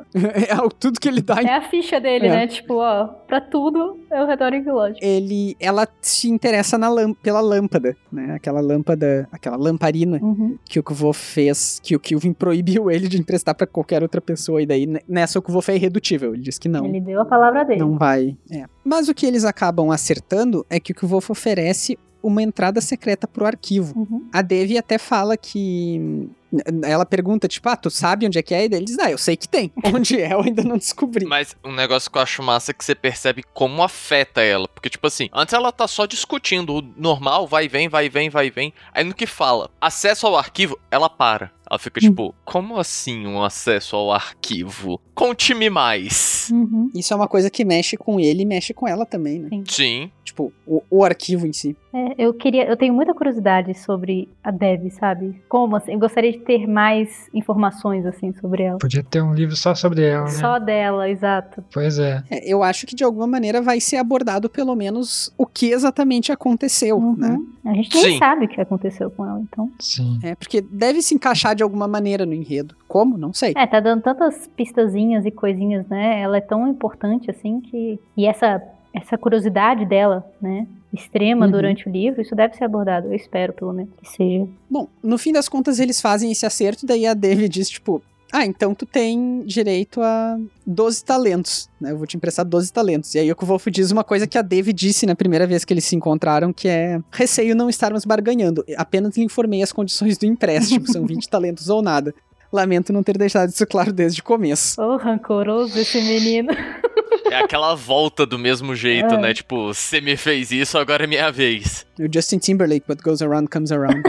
é tudo que ele dá. É a ficha dele, né? Tipo, ó, pra tudo é o Retórica e Lógica. Ela se interessa pela lâmpada, né? Aquela lamparina que o Kvolf fez, que o Kilvin proibiu ele de emprestar pra qualquer outra pessoa. E daí, nessa, o Kvolf é irredutível. Ele diz que não. Ele deu a palavra dele. Não vai. Mas o que eles acabam acertando é que o Kvolf oferece uma entrada secreta pro arquivo. A Devi até fala que... Ela pergunta, tipo, tu sabe onde é que é? E ele diz, eu sei que tem. Onde é, eu ainda não descobri. Mas um negócio que eu acho massa é que você percebe como afeta ela. Porque, tipo assim, antes ela tá só discutindo o normal, vai e vem, vai e vem, vai e vem. Aí no que fala, acesso ao arquivo, ela para. Ela fica tipo, como assim um acesso ao arquivo? Conte-me mais. Isso é uma coisa que mexe com ele e mexe com ela também, né? Sim. Tipo, o arquivo em si. Eu tenho muita curiosidade sobre a Devi, sabe? Como, assim, eu gostaria de ter mais informações, assim, sobre ela. Podia ter um livro só sobre ela, né? Só dela, exato. Pois é. Eu acho que de alguma maneira vai ser abordado pelo menos o que exatamente aconteceu, né? A gente nem sabe o que aconteceu com ela, então. Sim. Porque deve se encaixar de alguma maneira no enredo. Como? Não sei. Tá dando tantas pistazinhas e coisinhas, né? Ela é tão importante, assim, que... E essa curiosidade dela, né? Extrema durante o livro, isso deve ser abordado. Eu espero, pelo menos, que seja. Bom, no fim das contas, eles fazem esse acerto, daí a Devi diz, tipo... então tu tem direito a 12 talentos, né? Eu vou te emprestar 12 talentos. E aí o Kvolf diz uma coisa que a Devi disse na primeira vez que eles se encontraram, que é... Receio não estarmos barganhando. Apenas lhe informei as condições do empréstimo. São 20 talentos ou nada. Lamento não ter deixado isso claro desde o começo. Rancoroso esse menino. É aquela volta do mesmo jeito, né? Tipo, você me fez isso, agora é minha vez. O Justin Timberlake, what goes around comes around.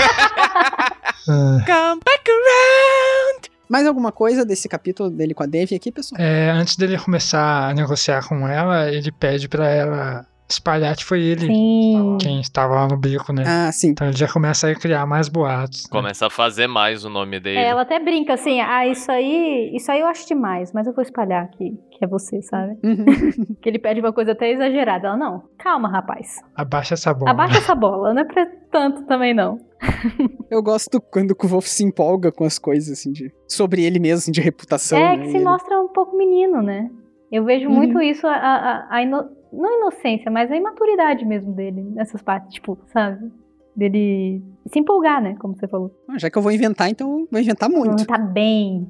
Come back around! Mais alguma coisa desse capítulo dele com a Devi aqui, pessoal? Antes dele começar a negociar com ela, ele pede pra ela espalhar que foi ele quem estava lá no beco, né? Ah, sim. Então ele já começa a criar mais boatos. Começa a fazer mais o nome dele. Ela até brinca assim, isso aí eu acho demais, mas eu vou espalhar que é você, sabe? Que ele pede uma coisa até exagerada. Ela, não, calma, rapaz. Abaixa essa bola. Abaixa essa bola, não é pra tanto também não. Eu gosto quando o Kvolf se empolga com as coisas, assim, sobre ele mesmo, assim, de reputação. É, né? que se mostra um pouco menino, né? Eu vejo muito isso, não a inocência, mas a imaturidade mesmo dele, nessas partes, tipo, sabe? Dele se empolgar, né? Como você falou. Já que eu vou inventar, então eu vou inventar muito. Tá bem.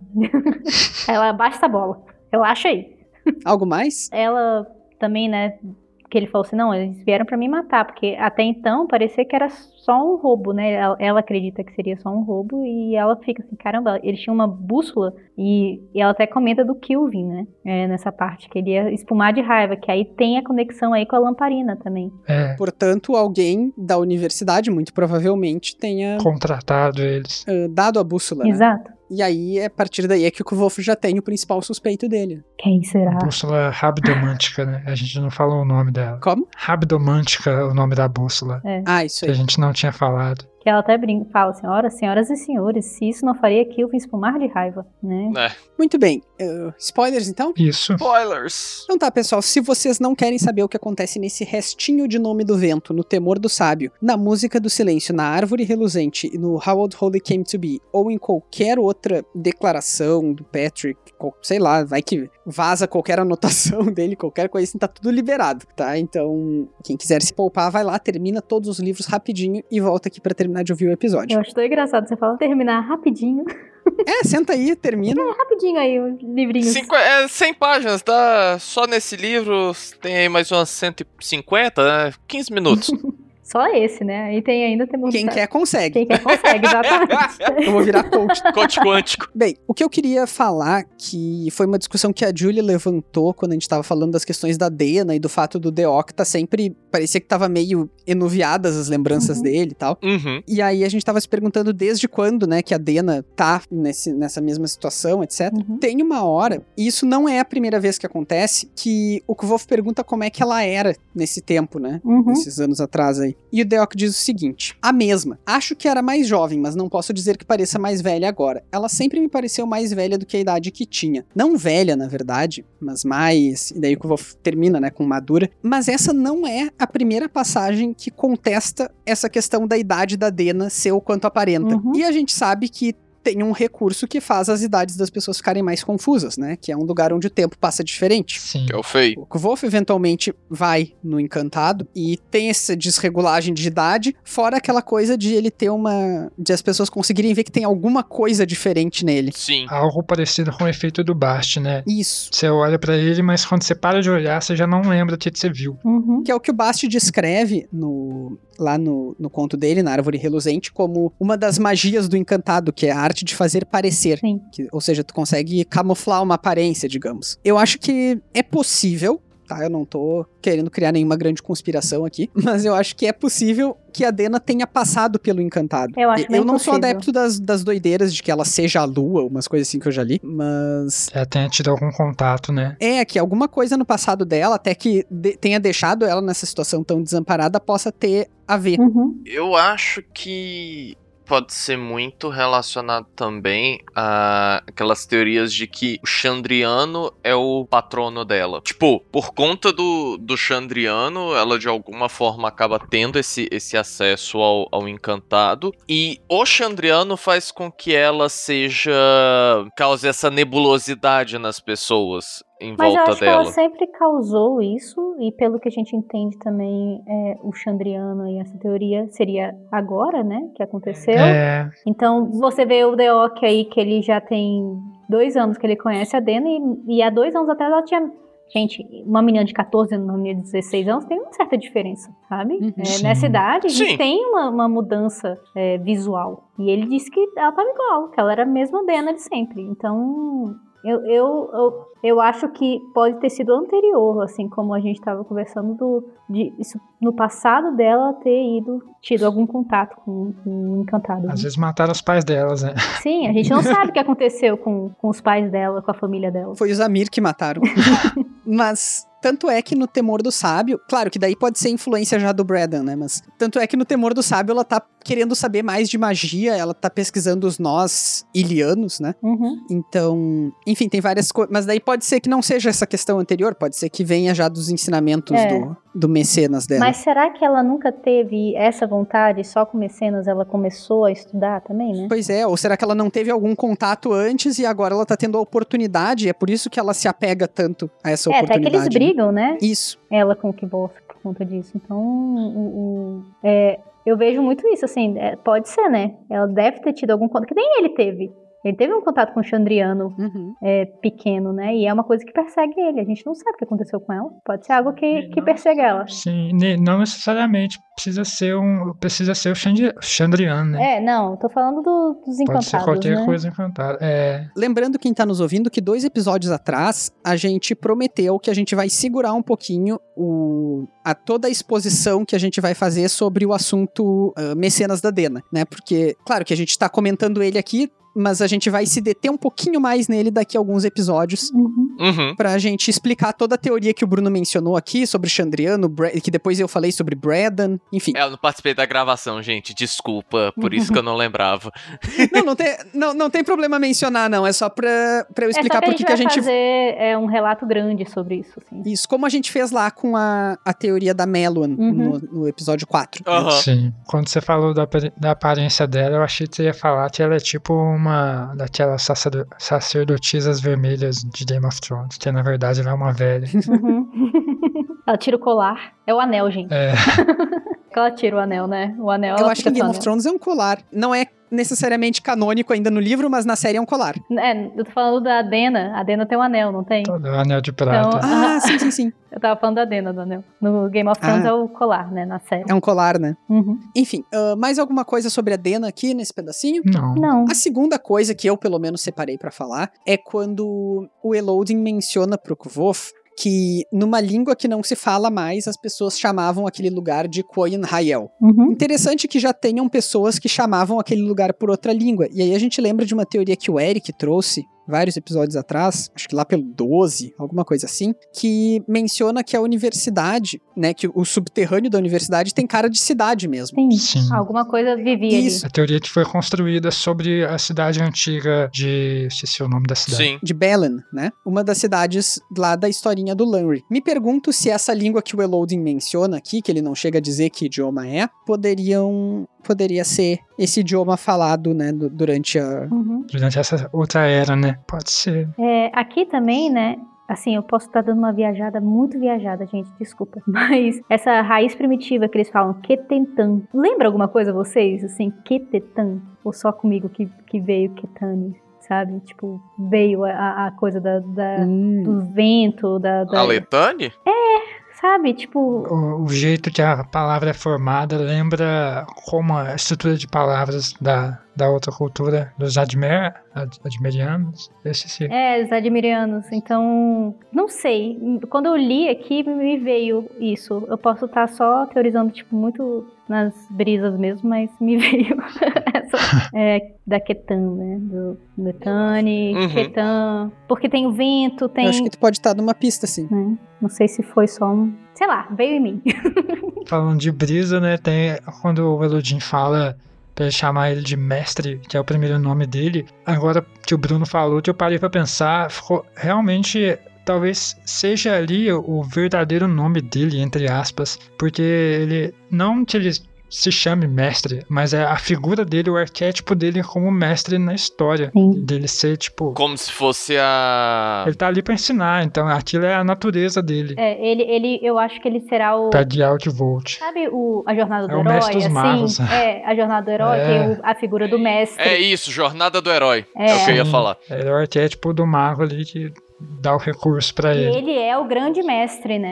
Ela abaixa essa bola. Relaxa aí. Algo mais? Ela também, né? Que ele falou assim, não, eles vieram pra me matar, porque até então parecia que era só um roubo, né? Ela acredita que seria só um roubo e ela fica assim, caramba, eles tinham uma bússola e ela até comenta do Kilvin, né? Nessa parte, que ele ia espumar de raiva, que aí tem a conexão aí com a lamparina também. Portanto, alguém da universidade, muito provavelmente, tenha contratado eles. Dado a bússola, né? Exato. E aí, a partir daí é que o Kvolf já tem o principal suspeito dele. Quem será? Bússola rabdomântica, né? A gente não falou o nome dela. Como? Rabdomântica é o nome da bússola. Isso aí. Que a gente não tinha falado. Que ela até brinca, fala assim, senhoras e senhores, se isso não faria Kilvin espumar de raiva, né? Muito bem. Spoilers, então? Isso. Spoilers! Então tá, pessoal, se vocês não querem saber o que acontece nesse restinho de Nome do Vento, no Temor do Sábio, na Música do Silêncio, na Árvore Reluzente e no How Old Holy Came to Be, ou em qualquer outra declaração do Patrick, sei lá, vai que vaza qualquer anotação dele, qualquer coisa assim, tá tudo liberado, tá? Então, quem quiser se poupar, vai lá, termina todos os livros rapidinho e volta aqui pra terminar de ouvir o episódio. Eu acho tão engraçado você falar terminar rapidinho. Senta aí, termina. Rapidinho aí, o livrinho. 100 páginas, tá? Só nesse livro tem aí mais umas 150, né? 15 minutos. Só esse, né? E tem ainda... Quem quer, consegue. Quem quer, consegue, exatamente. Eu vou virar coach. Coach quântico. Bem, o que eu queria falar, que foi uma discussão que a Julie levantou quando a gente tava falando das questões da Dena e do fato do Deoc tá sempre... Parecia que tava meio enuviadas as lembranças dele e tal. E aí a gente tava se perguntando desde quando, né, que a Dena tá nessa mesma situação, etc. Tem uma hora, e isso não é a primeira vez que acontece, que o Kvolf pergunta como é que ela era nesse tempo, né? Nesses anos atrás aí. E o Deoc diz o seguinte: a mesma. Acho que era mais jovem, mas não posso dizer que pareça mais velha agora. Ela sempre me pareceu mais velha do que a idade que tinha. Não velha, na verdade, mas mais... E daí o Kvolf termina, né, com madura. Mas essa não é a primeira passagem que contesta essa questão da idade da Dena ser o quanto aparenta. E a gente sabe que tem um recurso que faz as idades das pessoas ficarem mais confusas, né? Que é um lugar onde o tempo passa diferente. Sim. Que é o feio. O Kvolf eventualmente vai no Encantado e tem essa desregulagem de idade, fora aquela coisa de ele ter de as pessoas conseguirem ver que tem alguma coisa diferente nele. Sim. Algo parecido com o efeito do Bast, né? Isso. Você olha pra ele, mas quando você para de olhar, você já não lembra do que você viu. Que é o que o Bast descreve lá no conto dele, na Árvore Reluzente, como uma das magias do Encantado, que é a arte de fazer parecer. Ou seja, tu consegue camuflar uma aparência, digamos. Eu acho que é possível, tá? Eu não tô querendo criar nenhuma grande conspiração aqui, mas eu acho que é possível que a Dena tenha passado pelo Encantado. Eu não sou adepto das doideiras de que ela seja a Lua, umas coisas assim que eu já li, mas... Tenha tido algum contato, né? Que alguma coisa no passado dela, até que tenha deixado ela nessa situação tão desamparada, possa ter a ver. Eu acho que pode ser muito relacionado também a aquelas teorias de que o Chandriano é o patrono dela. Tipo, por conta do Chandriano, ela de alguma forma acaba tendo esse acesso ao Encantado. E o Chandriano faz com que ela cause essa nebulosidade nas pessoas em Mas volta eu acho dela. que ela sempre causou isso, e pelo que a gente entende também, o Chandriano e essa teoria seria agora, né, que aconteceu. Então, você vê o Deoc aí, que ele já tem 2 anos que ele conhece a Dena, e há 2 anos atrás ela tinha... Gente, uma menina de 14 anos, uma menina de 16 anos tem uma certa diferença, sabe? Nessa idade, a gente tem uma mudança visual. E ele disse que ela estava igual, que ela era a mesma Dena de sempre. Então... Eu acho que pode ter sido anterior, assim, como a gente estava conversando, isso, no passado dela ter tido algum contato com o Encantado. Às vezes mataram os pais delas, né? Sim, a gente não sabe o que aconteceu com os pais dela, com a família dela. Foi os Amir que mataram. Mas... Tanto é que no Temor do Sábio, claro que daí pode ser influência já do Bradan, né, mas tanto é que no Temor do Sábio ela tá querendo saber mais de magia, ela tá pesquisando os nós ilianos, né, Então, enfim, tem várias coisas, mas daí pode ser que não seja essa questão anterior, pode ser que venha já dos ensinamentos do Mecenas dela. Mas será que ela nunca teve essa vontade, só com Mecenas ela começou a estudar também, né? Pois é, ou será que ela não teve algum contato antes e agora ela tá tendo a oportunidade, é por isso que ela se apega tanto a essa oportunidade. Até que eles brigam, né? Isso. Ela com o Kvolf por conta disso. Então, eu vejo muito isso, assim, pode ser, né? Ela deve ter tido algum contato, que nem ele teve. Ele teve um contato com o Chandriano pequeno, né? E é uma coisa que persegue ele. A gente não sabe o que aconteceu com ela. Pode ser algo que persegue ela. Sim, não necessariamente precisa ser o Chandriano, né? Não, tô falando dos encantados, pode ser qualquer né? coisa encantada. Lembrando quem tá nos ouvindo que 2 episódios atrás a gente prometeu que a gente vai segurar um pouquinho toda a exposição que a gente vai fazer sobre o assunto Mecenas da Dena, né? Porque, claro que a gente tá comentando ele aqui, mas a gente vai se deter um pouquinho mais nele daqui a alguns episódios pra gente explicar toda a teoria que o Bruno mencionou aqui sobre Chandriano, que depois eu falei sobre Bradan, enfim. Eu não participei da gravação, gente, desculpa, por isso que eu não lembrava. Não tem problema mencionar, não, é só pra eu explicar por que a gente... fazer um relato grande sobre isso, assim. Isso, como a gente fez lá com a teoria da Meluan no episódio 4. Sim, quando você falou da aparência dela, eu achei que você ia falar que ela é tipo uma daquelas sacerdotisas vermelhas de Game of Thrones, que na verdade ela é uma velha. Ela tira o colar. É o anel, gente. Ela tira o anel, né? O anel. Eu acho que Game of Thrones é um colar. Não é necessariamente canônico ainda no livro, mas na série é um colar. Eu tô falando da Dena. A Dena tem um anel, não tem? Todo anel de prata. Então, sim. Eu tava falando da Dena, do anel. No Game of Thrones é o colar, né? Na série. É um colar, né? Enfim, mais alguma coisa sobre a Dena aqui nesse pedacinho? Não. A segunda coisa que eu, pelo menos, separei pra falar é quando o Elodin menciona pro Kvolf que numa língua que não se fala mais, as pessoas chamavam aquele lugar de Quoin Hayel. Interessante que já tenham pessoas que chamavam aquele lugar por outra língua. E aí a gente lembra de uma teoria que o Eric trouxe vários episódios atrás, acho que lá pelo 12, alguma coisa assim, que menciona que a universidade, né, que o subterrâneo da universidade tem cara de cidade mesmo. Sim. Alguma coisa vivia ali. A teoria que foi construída sobre a cidade antiga de... esqueci o nome da cidade. Sim. De Belen, né? Uma das cidades lá da historinha do Lanry. Me pergunto se essa língua que o Elodin menciona aqui, que ele não chega a dizer que idioma poderia ser esse idioma falado, né, durante essa outra era, né? Pode ser. Aqui também, né, assim, eu posso estar dando uma viajada, muito viajada, gente, desculpa, mas essa raiz primitiva que eles falam, Ketentan, lembra alguma coisa vocês, assim, Ketetan, ou só comigo que veio Ketani? Sabe? Tipo, veio a coisa do vento, A Letane? Sabe? Tipo... O jeito que a palavra é formada lembra como a estrutura de palavras da outra cultura, dos admerianos. Os admerianos. Então, não sei. Quando eu li aqui, me veio isso. Eu posso estar só teorizando, tipo, muito nas brisas mesmo, mas me veio essa... da Ketan, né? Do Letane, Ketan. Porque tem o vento, tem... Eu acho que tu pode estar numa pista, sim. Não sei se foi só sei lá, veio em mim. Falando de brisa, né? Tem quando o Elodin fala pra chamar ele de mestre, que é o primeiro nome dele. Agora que o Bruno falou, que eu parei pra pensar, ficou realmente... Talvez seja ali o verdadeiro nome dele, entre aspas, porque ele não que ele se chame mestre, mas é a figura dele, o arquétipo dele como mestre na história. Dele ser, tipo... Como se fosse Ele tá ali pra ensinar, então aquilo é a natureza dele. Eu acho que ele será o... Pra guiar o Kvolt. Sabe a jornada do herói? O mestre dos magos. A jornada do herói tem a figura do mestre. É isso, jornada do herói. É o que eu ia falar. Ele é o arquétipo do mago ali que dá o recurso pra ele. E ele é o grande mestre, né?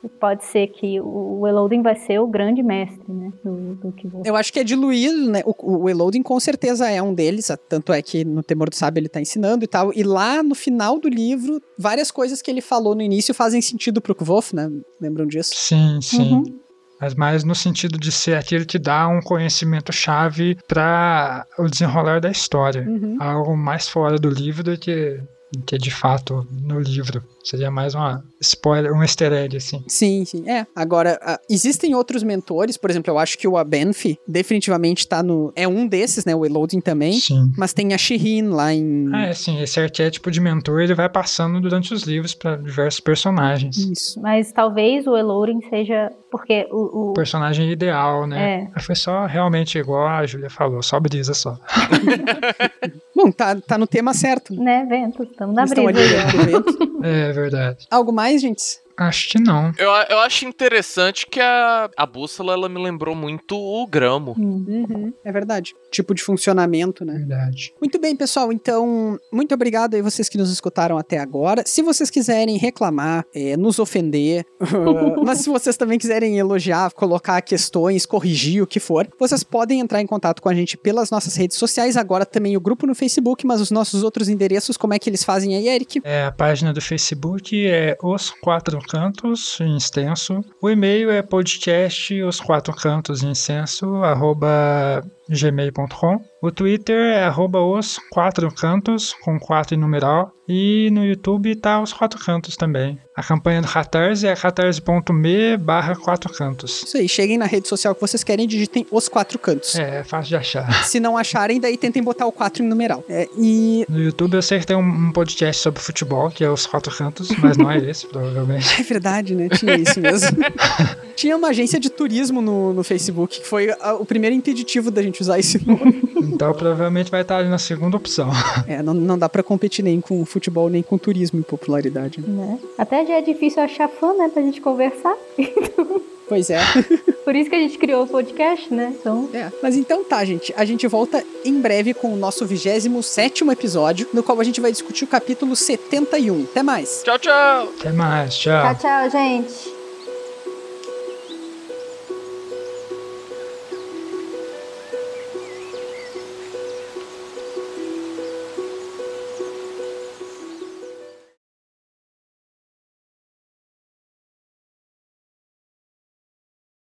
pode ser que o Eloding vai ser o grande mestre, né, do que vou. Eu acho que é diluído, né, o Eloding com certeza é um deles, tanto é que no Temor do Sábio ele tá ensinando e tal, e lá no final do livro, várias coisas que ele falou no início fazem sentido pro Kvof, né, lembram disso? Sim. Mas mais no sentido de ser aquele que dá um conhecimento-chave para o desenrolar da história. Algo mais fora do livro do que de fato no livro. Seria mais uma spoiler, um easter egg, assim. Sim. Agora, existem outros mentores, por exemplo, eu acho que o Abenfi definitivamente tá no... É um desses, né? O Eloding também. Sim. Mas tem a Shireen lá em... Sim. Esse arquétipo de mentor, ele vai passando durante os livros para diversos personagens. Isso. Mas talvez o Eloding seja... Porque o personagem ideal, né? Foi só realmente igual a Júlia falou, só brisa só. Bom, tá no tema certo. Né, Ventos? Estamos na brisa. É verdade. Algo mais, gente? Acho que não. Eu acho interessante que a bússola, ela me lembrou muito o gramo. É verdade. Tipo de funcionamento, né? Verdade. Muito bem, pessoal. Então, muito obrigado aí vocês que nos escutaram até agora. Se vocês quiserem reclamar, nos ofender, mas se vocês também quiserem elogiar, colocar questões, corrigir o que for, vocês podem entrar em contato com a gente pelas nossas redes sociais. Agora também o grupo no Facebook, mas os nossos outros endereços, como é que eles fazem aí, Eric? A página do Facebook é Os Quatro Cantos, em extenso. O e-mail é podcast os quatro cantos em extenso, @gmail.com. O Twitter é @os quatro cantos, com 4 em numeral. E no YouTube tá Os Quatro Cantos também. A campanha do Catarse é catarse.me/4cantos. Isso aí, cheguem na rede social que vocês querem e digitem Os Quatro Cantos. É fácil de achar. Se não acharem, daí tentem botar o 4 em numeral. E... No YouTube eu sei que tem um podcast sobre futebol, que é Os Quatro Cantos, mas não é esse, provavelmente. É verdade, né? Tinha isso mesmo. Tinha uma agência de turismo no Facebook, que foi o primeiro impeditivo da gente usar esse nome. Então provavelmente vai estar ali na segunda opção. Não dá pra competir nem com futebol, nem com turismo em popularidade. Né? Até já é difícil achar fã, né, pra gente conversar. Pois é. Por isso que a gente criou o podcast, né? Então... Mas então tá, gente. A gente volta em breve com o nosso 27º episódio, no qual a gente vai discutir o capítulo 71. Até mais. Tchau, tchau. Até mais, tchau. Tchau, gente.